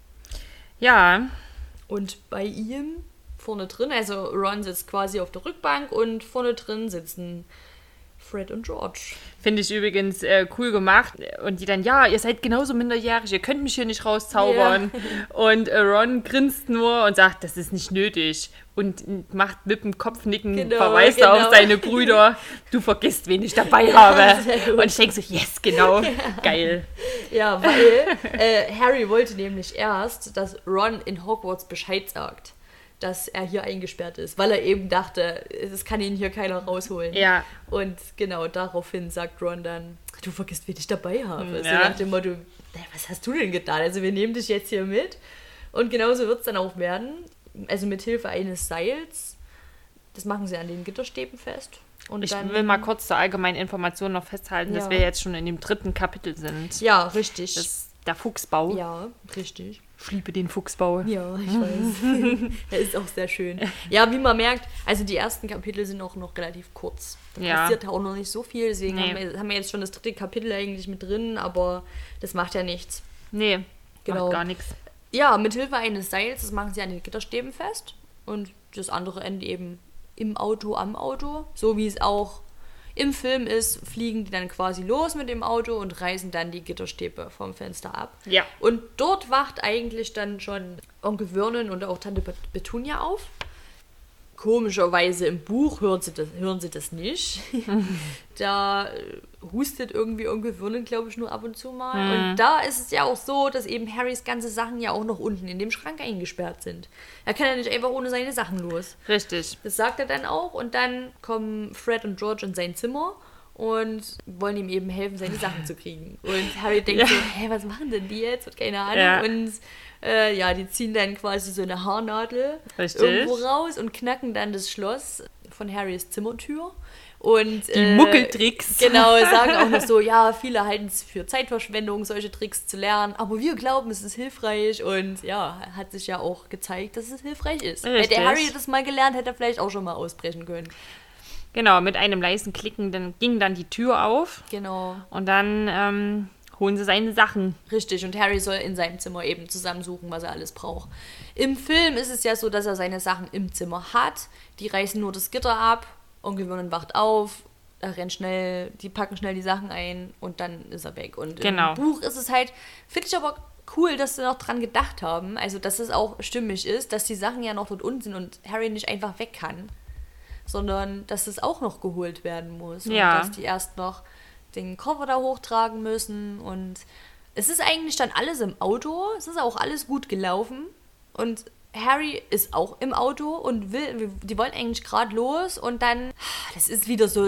S1: Ja.
S2: Und bei ihm vorne drin, also Ron sitzt quasi auf der Rückbank und vorne drin sitzen Fred und George.
S1: Finde ich übrigens cool gemacht. Und die dann, ja, ihr seid genauso minderjährig, ihr könnt mich hier nicht rauszaubern. Ja. Und Ron grinst nur und sagt, das ist nicht nötig. Und macht mit dem Kopfnicken, verweist auf seine Brüder. Du vergisst, wen ich dabei habe. Und ich denke so, yes, genau, geil.
S2: Ja, weil Harry wollte nämlich erst, dass Ron in Hogwarts Bescheid sagt, dass er hier eingesperrt ist, weil er eben dachte, es kann ihn hier keiner rausholen.
S1: Ja.
S2: Und genau daraufhin sagt Ron dann, du vergisst, wen ich dabei habe.
S1: Ja.
S2: So nach dem Motto, was hast du denn getan? Also wir nehmen dich jetzt hier mit. Und genauso wird es dann auch werden. Also mit Hilfe eines Seils. Das machen sie an den Gitterstäben fest. Und
S1: ich
S2: dann,
S1: will mal kurz zur allgemeinen Information noch festhalten, dass wir jetzt schon in dem 3. Kapitel sind.
S2: Ja, richtig.
S1: Das ist der Fuchsbau.
S2: Ja, richtig.
S1: Ich liebe den Fuchsbau.
S2: Ja, ich weiß. Der ist auch sehr schön. Ja, wie man merkt, also die ersten Kapitel sind auch noch relativ kurz. Da passiert auch noch nicht so viel, deswegen haben wir jetzt schon das 3. Kapitel eigentlich mit drin, aber das macht ja nichts.
S1: Nee,
S2: genau.
S1: Macht gar nichts.
S2: Ja, mit Hilfe eines Seils, das machen sie an den Gitterstäben fest und das andere Ende eben im Auto, am Auto, so wie es auch im Film ist, fliegen die dann quasi los mit dem Auto und reißen dann die Gitterstäbe vom Fenster ab.
S1: Ja.
S2: Und dort wacht eigentlich dann schon Onkel Vernon und auch Tante Petunia auf. Komischerweise im Buch hören sie das nicht. Da hustet irgendwie Onkel Vernon, glaube ich, nur ab und zu mal. Und da ist es ja auch so, dass eben Harrys ganze Sachen ja auch noch unten in dem Schrank eingesperrt sind. Er kann ja nicht einfach ohne seine Sachen los.
S1: Richtig.
S2: Das sagt er dann auch. Und dann kommen Fred und George in sein Zimmer und wollen ihm eben helfen, seine Sachen zu kriegen. Und Harry denkt so, was machen denn die jetzt? Und keine Ahnung.
S1: Ja.
S2: Und die ziehen dann quasi so eine Haarnadel
S1: Richtig.
S2: irgendwo raus und knacken dann das Schloss von Harrys Zimmertür. Und,
S1: die Muggeltricks.
S2: Genau, sagen auch noch so, ja, viele halten es für Zeitverschwendung, solche Tricks zu lernen, aber wir glauben, es ist hilfreich und ja, hat sich ja auch gezeigt, dass es hilfreich ist.
S1: Richtig.
S2: Hätte Harry das mal gelernt, hätte er vielleicht auch schon mal ausbrechen können.
S1: Genau, mit einem leisen Klicken ging dann die Tür auf.
S2: Genau.
S1: Und dann holen sie seine Sachen.
S2: Richtig, und Harry soll in seinem Zimmer eben zusammensuchen, was er alles braucht. Im Film ist es ja so, dass er seine Sachen im Zimmer hat. Die reißen nur das Gitter ab, Onkel Vernon wacht auf, er rennt schnell, die packen schnell die Sachen ein und dann ist er weg. Und
S1: Genau.
S2: Im Buch ist es halt, finde ich aber cool, dass sie noch dran gedacht haben, also dass es auch stimmig ist, dass die Sachen ja noch dort unten sind und Harry nicht einfach weg kann, sondern dass es auch noch geholt werden muss.
S1: Ja.
S2: Und dass die erst noch den Koffer da hochtragen müssen und es ist eigentlich dann alles im Auto. Es ist auch alles gut gelaufen. Und Harry ist auch im Auto und die wollen eigentlich gerade los. Und dann, das ist wieder so...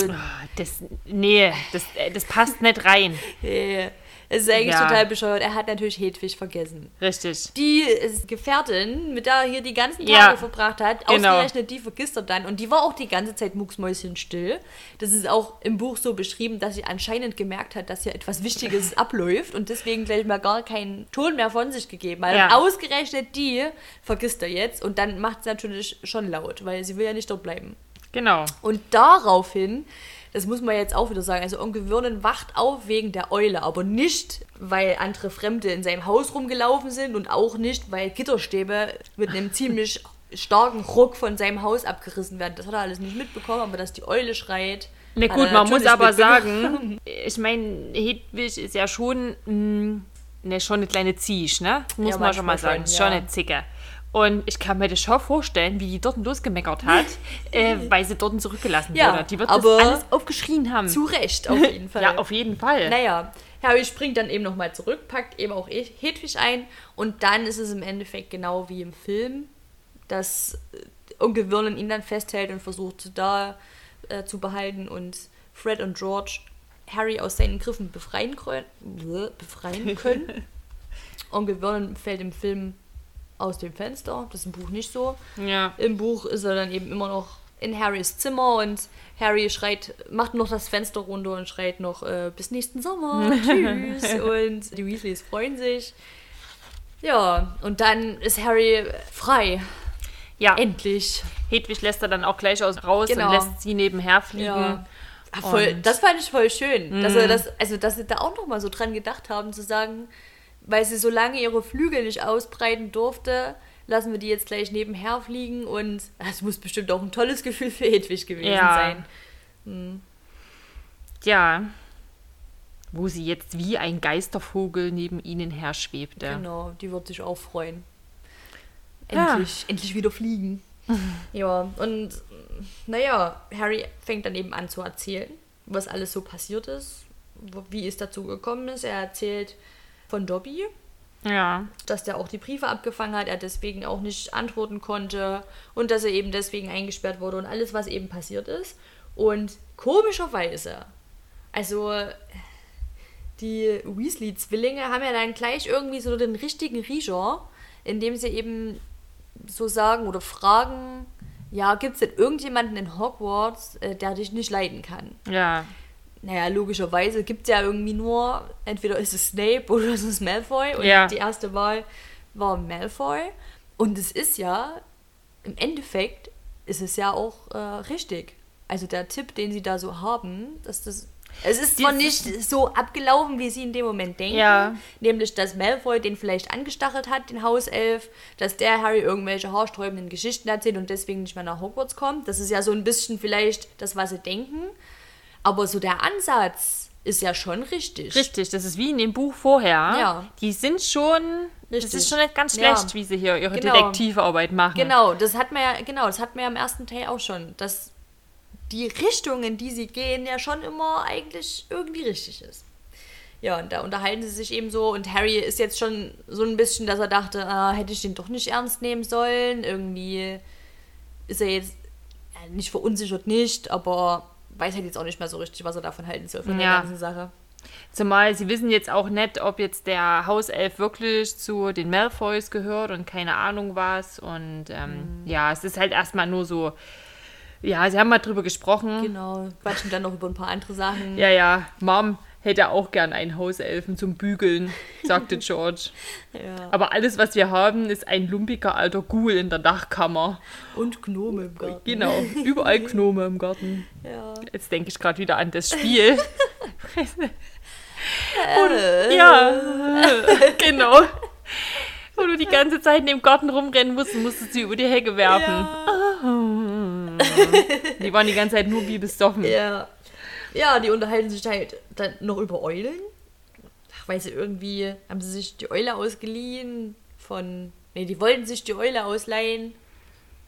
S1: Das passt nicht rein.
S2: Es ist eigentlich total bescheuert. Er hat natürlich Hedwig vergessen.
S1: Richtig.
S2: Die Gefährtin, mit der er hier die ganzen Tage verbracht hat, ausgerechnet die vergisst er dann. Und die war auch die ganze Zeit mucksmäuschenstill. Das ist auch im Buch so beschrieben, dass sie anscheinend gemerkt hat, dass hier etwas Wichtiges abläuft und deswegen gleich mal gar keinen Ton mehr von sich gegeben hat. Und ausgerechnet die vergisst er jetzt und dann macht es natürlich schon laut, weil sie will ja nicht dort bleiben.
S1: Genau.
S2: Und daraufhin... Das muss man jetzt auch wieder sagen. Also Onkel Vernon wacht auf wegen der Eule, aber nicht, weil andere Fremde in seinem Haus rumgelaufen sind und auch nicht, weil Gitterstäbe mit einem ziemlich starken Ruck von seinem Haus abgerissen werden. Das hat er alles nicht mitbekommen, aber dass die Eule schreit...
S1: Na gut, man muss aber sagen, ich meine, Hedwig ist ja schon, schon eine kleine Ziege, ne? Muss man schon mal sagen. Ist schon eine Zicke. Und ich kann mir das schon vorstellen, wie die dort losgemeckert hat, weil sie dort zurückgelassen wurde. Die wird das alles aufgeschrien haben.
S2: Zu Recht, auf jeden Fall.
S1: Ja, auf jeden Fall.
S2: Naja, Harry springt dann eben nochmal zurück, packt eben auch Hedwig ein und dann ist es im Endeffekt genau wie im Film, dass Onkel Vernon ihn dann festhält und versucht da zu behalten und Fred und George Harry aus seinen Griffen befreien können. Onkel Vernon fällt im Film aus dem Fenster. Das ist im Buch nicht so.
S1: Ja.
S2: Im Buch ist er dann eben immer noch in Harrys Zimmer und Harry macht noch das Fenster runter und schreit noch bis nächsten Sommer. Tschüss. Und die Weasleys freuen sich. Ja, und dann ist Harry frei.
S1: Ja.
S2: Endlich.
S1: Hedwig lässt er dann auch gleich raus und lässt sie nebenher fliegen.
S2: Ja. Das fand ich voll schön. Dass sie da auch noch mal so dran gedacht haben, zu sagen, weil sie so lange ihre Flügel nicht ausbreiten durfte, lassen wir die jetzt gleich nebenher fliegen und das muss bestimmt auch ein tolles Gefühl für Hedwig gewesen sein.
S1: Ja, wo sie jetzt wie ein Geistervogel neben ihnen her schwebte.
S2: Genau, die wird sich auch freuen. Endlich wieder fliegen. Ja, und naja, Harry fängt dann eben an zu erzählen, was alles so passiert ist, wie es dazu gekommen ist. Er erzählt von Dobby, dass der auch die Briefe abgefangen hat, er deswegen auch nicht antworten konnte und dass er eben deswegen eingesperrt wurde und alles, was eben passiert ist. Und komischerweise, also die Weasley-Zwillinge haben ja dann gleich irgendwie so den richtigen Riecher, indem sie eben so sagen oder fragen, ja, gibt es denn irgendjemanden in Hogwarts, der dich nicht leiden kann?
S1: Ja.
S2: Naja, logischerweise gibt es ja irgendwie nur, entweder ist es Snape oder ist es Malfoy. Und die erste Wahl war Malfoy. Und es ist ja, im Endeffekt ist es ja auch richtig. Also der Tipp, den sie da so haben, es ist zwar nicht so abgelaufen, wie sie in dem Moment denken. Nämlich, dass Malfoy den vielleicht angestachelt hat, den Hauself, dass der Harry irgendwelche haarsträubenden Geschichten erzählt und deswegen nicht mehr nach Hogwarts kommt. Das ist ja so ein bisschen vielleicht das, was sie denken. Aber so der Ansatz ist ja schon richtig.
S1: Richtig, das ist wie in dem Buch vorher.
S2: Ja.
S1: Die sind schon, das ist schon nicht ganz schlecht, wie sie hier ihre Detektivarbeit machen.
S2: Genau, das hat man ja im ersten Teil auch schon, dass die Richtung, in die sie gehen, ja schon immer eigentlich irgendwie richtig ist. Ja, und da unterhalten sie sich eben so und Harry ist jetzt schon so ein bisschen, dass er dachte, hätte ich den doch nicht ernst nehmen sollen. Irgendwie ist er jetzt nicht verunsichert nicht, aber weiß halt jetzt auch nicht mehr so richtig, was er davon halten soll von der ganzen Sache.
S1: Zumal sie wissen jetzt auch nicht, ob jetzt der Hauself wirklich zu den Malfoys gehört und keine Ahnung was. Und es ist halt erstmal nur so, ja, sie haben mal drüber gesprochen.
S2: Genau, quatschen dann noch über ein paar andere Sachen.
S1: Ja, Mom hätte auch gern einen Hauselfen zum Bügeln, sagte George.
S2: Ja.
S1: Aber alles, was wir haben, ist ein lumpiger alter Ghoul in der Dachkammer.
S2: Und Gnome im Garten.
S1: Genau, überall Gnome im Garten.
S2: Ja.
S1: Jetzt denke ich gerade wieder an das Spiel. Genau. Wo du die ganze Zeit in dem Garten rumrennen musstest du über die Hecke werfen. Ja. Die waren die ganze Zeit nur wie besoffen.
S2: Ja, die unterhalten sich halt dann noch über Eulen. Weil sie irgendwie, haben sie sich die Eule ausgeliehen die wollten sich die Eule ausleihen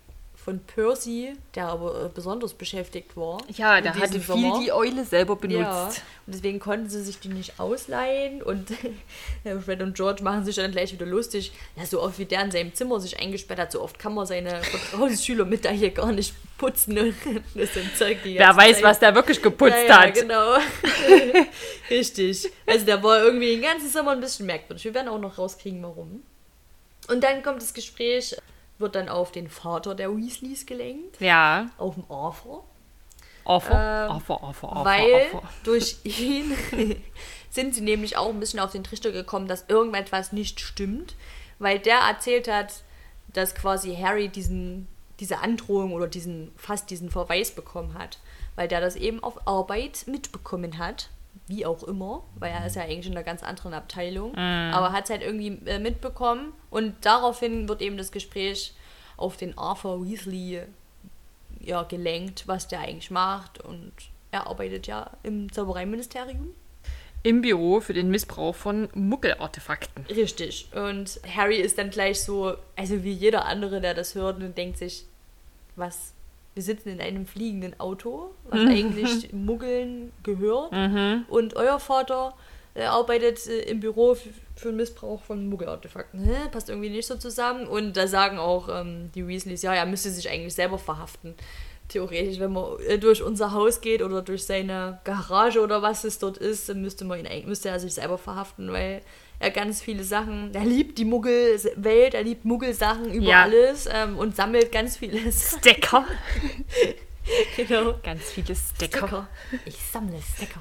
S2: von Percy, der aber besonders beschäftigt war.
S1: Ja, der hatte viel die Eule selber benutzt.
S2: Ja, und deswegen konnten sie sich die nicht ausleihen und Fred und George machen sich dann gleich wieder lustig. Ja, so oft wie der in seinem Zimmer sich eingesperrt hat, so oft kann man seine Vertrauensschüler mit da hier gar nicht putzen und das Zeug die
S1: Wer weiß, was der wirklich geputzt hat.
S2: Ja, genau. Richtig. Also der war irgendwie den ganzen Sommer ein bisschen merkwürdig. Wir werden auch noch rauskriegen, warum. Und dann kommt das Gespräch, wird dann auf den Vater der Weasleys gelenkt.
S1: Ja.
S2: Auf den Arthur.
S1: Arthur.
S2: Weil durch ihn sind sie nämlich auch ein bisschen auf den Trichter gekommen, dass irgendetwas nicht stimmt. Weil der erzählt hat, dass quasi Harry diese Androhung oder diesen Verweis bekommen hat. Weil der das eben auf Arbeit mitbekommen hat. Wie auch immer, weil er ist ja eigentlich in einer ganz anderen Abteilung, aber hat es halt irgendwie mitbekommen und daraufhin wird eben das Gespräch auf den Arthur Weasley gelenkt, was der eigentlich macht und er arbeitet ja im Zaubereiministerium.
S1: Im Büro für den Missbrauch von Muggelartefakten.
S2: Richtig. Und Harry ist dann gleich so, also wie jeder andere, der das hört und denkt sich, was? Wir sitzen in einem fliegenden Auto, was eigentlich Muggeln gehört. Und euer Vater arbeitet im Büro für den Missbrauch von Muggelartefakten. Passt irgendwie nicht so zusammen. Und da sagen auch die Weasleys, er müsste sich eigentlich selber verhaften. Theoretisch, wenn man durch unser Haus geht oder durch seine Garage oder was es dort ist, dann müsste er sich selber verhaften, weil er ganz viele Sachen, er liebt die Muggelwelt, er liebt Muggelsachen über alles und sammelt ganz viele
S1: Sticker.
S2: Genau.
S1: Ganz viele Sticker.
S2: Ich sammle Sticker.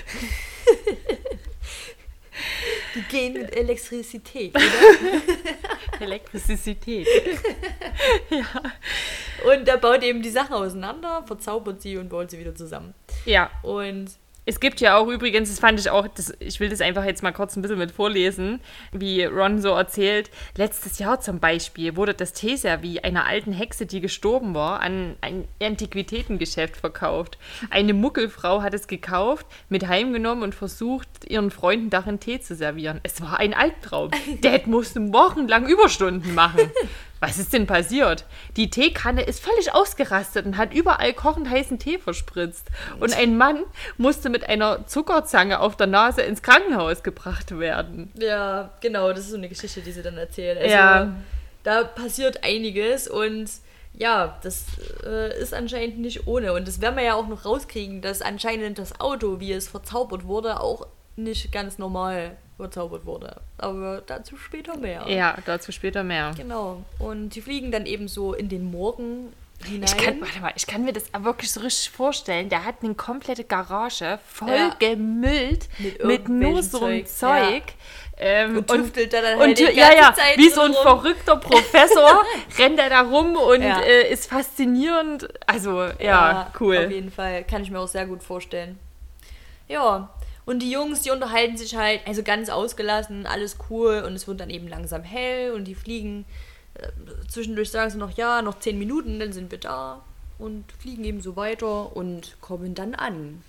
S2: Die gehen mit Elektrizität, oder?
S1: Elektrizität.
S2: Ja. Und er baut eben die Sachen auseinander, verzaubert sie und baut sie wieder zusammen.
S1: Ja.
S2: Und
S1: es gibt ja auch übrigens, das fand ich auch, ich will das einfach jetzt mal kurz ein bisschen mit vorlesen, wie Ron so erzählt. Letztes Jahr zum Beispiel wurde das Teeservie einer alten Hexe, die gestorben war, an ein Antiquitätengeschäft verkauft. Eine Muggelfrau hat es gekauft, mit heimgenommen und versucht, ihren Freunden darin Tee zu servieren. Es war ein Albtraum. Dad musste wochenlang Überstunden machen. Was ist denn passiert? Die Teekanne ist völlig ausgerastet und hat überall kochend heißen Tee verspritzt. Und ein Mann musste mit einer Zuckerzange auf der Nase ins Krankenhaus gebracht werden.
S2: Ja, genau, das ist so eine Geschichte, die sie dann erzählt. Also, da passiert einiges und ja, das ist anscheinend nicht ohne. Und das werden wir ja auch noch rauskriegen, dass anscheinend das Auto, wie es verzaubert wurde, auch nicht ganz normal verzaubert wurde. Aber dazu später mehr.
S1: Ja, dazu später mehr.
S2: Genau. Und die fliegen dann eben so in den Morgen hinein.
S1: Ich kann mir das wirklich so richtig vorstellen. Der hat eine komplette Garage voll gemüllt mit nur so einem Zeug.
S2: Ja. Und tüftelt da dann halt die ganze Zeit
S1: wie so ein verrückter Professor rennt er da rum und ist faszinierend. Also, cool.
S2: Auf jeden Fall. Kann ich mir auch sehr gut vorstellen. Ja, und die Jungs, die unterhalten sich halt, also ganz ausgelassen, alles cool und es wird dann eben langsam hell und die fliegen, zwischendurch sagen sie noch 10 Minuten, dann sind wir da und fliegen eben so weiter und kommen dann an.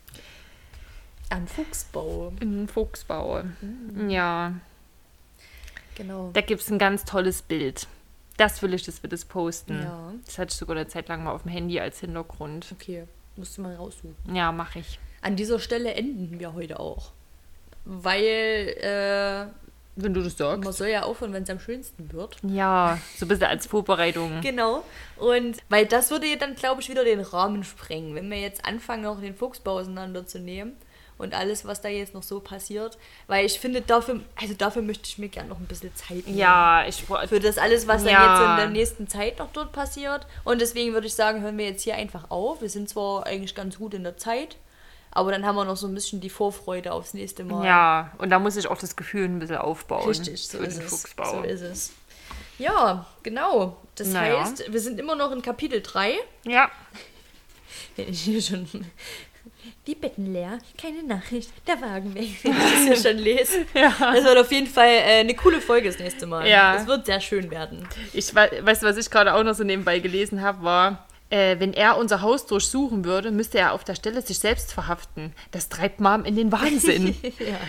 S2: An Fuchsbau.
S1: In Fuchsbau, ja.
S2: Genau.
S1: Da gibt es ein ganz tolles Bild. Das will ich, dass wir das posten.
S2: Ja.
S1: Das hatte ich sogar eine Zeit lang mal auf dem Handy als Hintergrund.
S2: Okay, musst du mal raussuchen.
S1: Ja, mache ich.
S2: An dieser Stelle enden wir heute auch. Weil,
S1: wenn du das sagst.
S2: Man soll ja aufhören, wenn es am schönsten wird.
S1: Ja, so ein bisschen als Vorbereitung.
S2: Genau. Und weil das würde ja dann, glaube ich, wieder den Rahmen sprengen. Wenn wir jetzt anfangen, auch den Fuchsbau auseinanderzunehmen und alles, was da jetzt noch so passiert. Weil ich finde, dafür möchte ich mir gerne noch ein bisschen Zeit nehmen.
S1: Ja,
S2: für das alles, was dann jetzt in der nächsten Zeit noch dort passiert. Und deswegen würde ich sagen, hören wir jetzt hier einfach auf. Wir sind zwar eigentlich ganz gut in der Zeit, aber dann haben wir noch so ein bisschen die Vorfreude aufs nächste Mal.
S1: Ja, und da muss ich auch das Gefühl ein bisschen aufbauen.
S2: Richtig, so ist es. So ist es. Ja, genau. Das heißt, wir sind immer noch in Kapitel 3.
S1: Ja.
S2: Wenn ich hier schon... Die Betten leer, keine Nachricht, der Wagen weg. Wenn ich das hier schon lese. Ja. Das wird auf jeden Fall eine coole Folge das nächste Mal.
S1: Ja.
S2: Es wird sehr schön werden.
S1: Weißt du, was ich gerade auch noch so nebenbei gelesen habe, war... wenn er unser Haus durchsuchen würde, müsste er auf der Stelle sich selbst verhaften. Das treibt Mom in den Wahnsinn. Ja.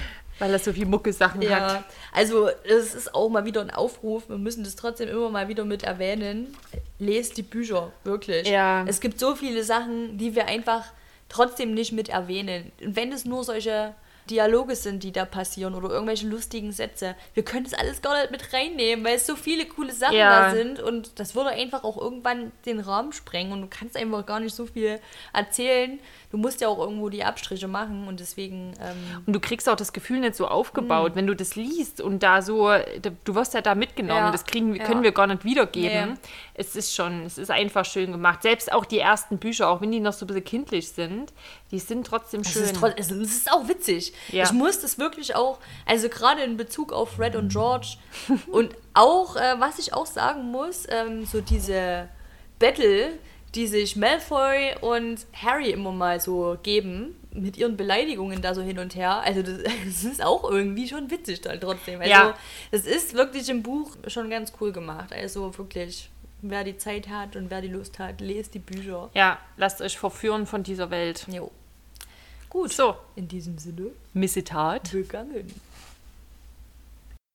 S1: Weil er so viel Mucke-Sachen hat.
S2: Also es ist auch mal wieder ein Aufruf, wir müssen das trotzdem immer mal wieder mit erwähnen. Lest die Bücher, wirklich.
S1: Ja.
S2: Es gibt so viele Sachen, die wir einfach trotzdem nicht mit erwähnen. Und wenn es nur solche Dialoge sind, die da passieren oder irgendwelche lustigen Sätze, wir können das alles gar nicht mit reinnehmen, weil es so viele coole Sachen da sind und das würde einfach auch irgendwann den Rahmen sprengen und du kannst einfach gar nicht so viel erzählen. Du musst ja auch irgendwo die Abstriche machen und deswegen...
S1: Und du kriegst auch das Gefühl nicht so aufgebaut, wenn du das liest und da so, du wirst ja da mitgenommen, das können wir gar nicht wiedergeben. Es ist einfach schön gemacht. Selbst auch die ersten Bücher, auch wenn die noch so ein bisschen kindlich sind, die sind trotzdem schön.
S2: Es ist auch witzig. Ja. Ich muss das wirklich auch, also gerade in Bezug auf Fred und George und auch, was ich auch sagen muss, so diese Battle, die sich Malfoy und Harry immer mal so geben, mit ihren Beleidigungen da so hin und her. Also das ist auch irgendwie schon witzig dann trotzdem. Also das ist wirklich im Buch schon ganz cool gemacht. Also wirklich, wer die Zeit hat und wer die Lust hat, lest die Bücher.
S1: Ja, lasst euch verführen von dieser Welt.
S2: Jo. Gut,
S1: so.
S2: In diesem Sinne.
S1: Missetat.
S2: Begangen.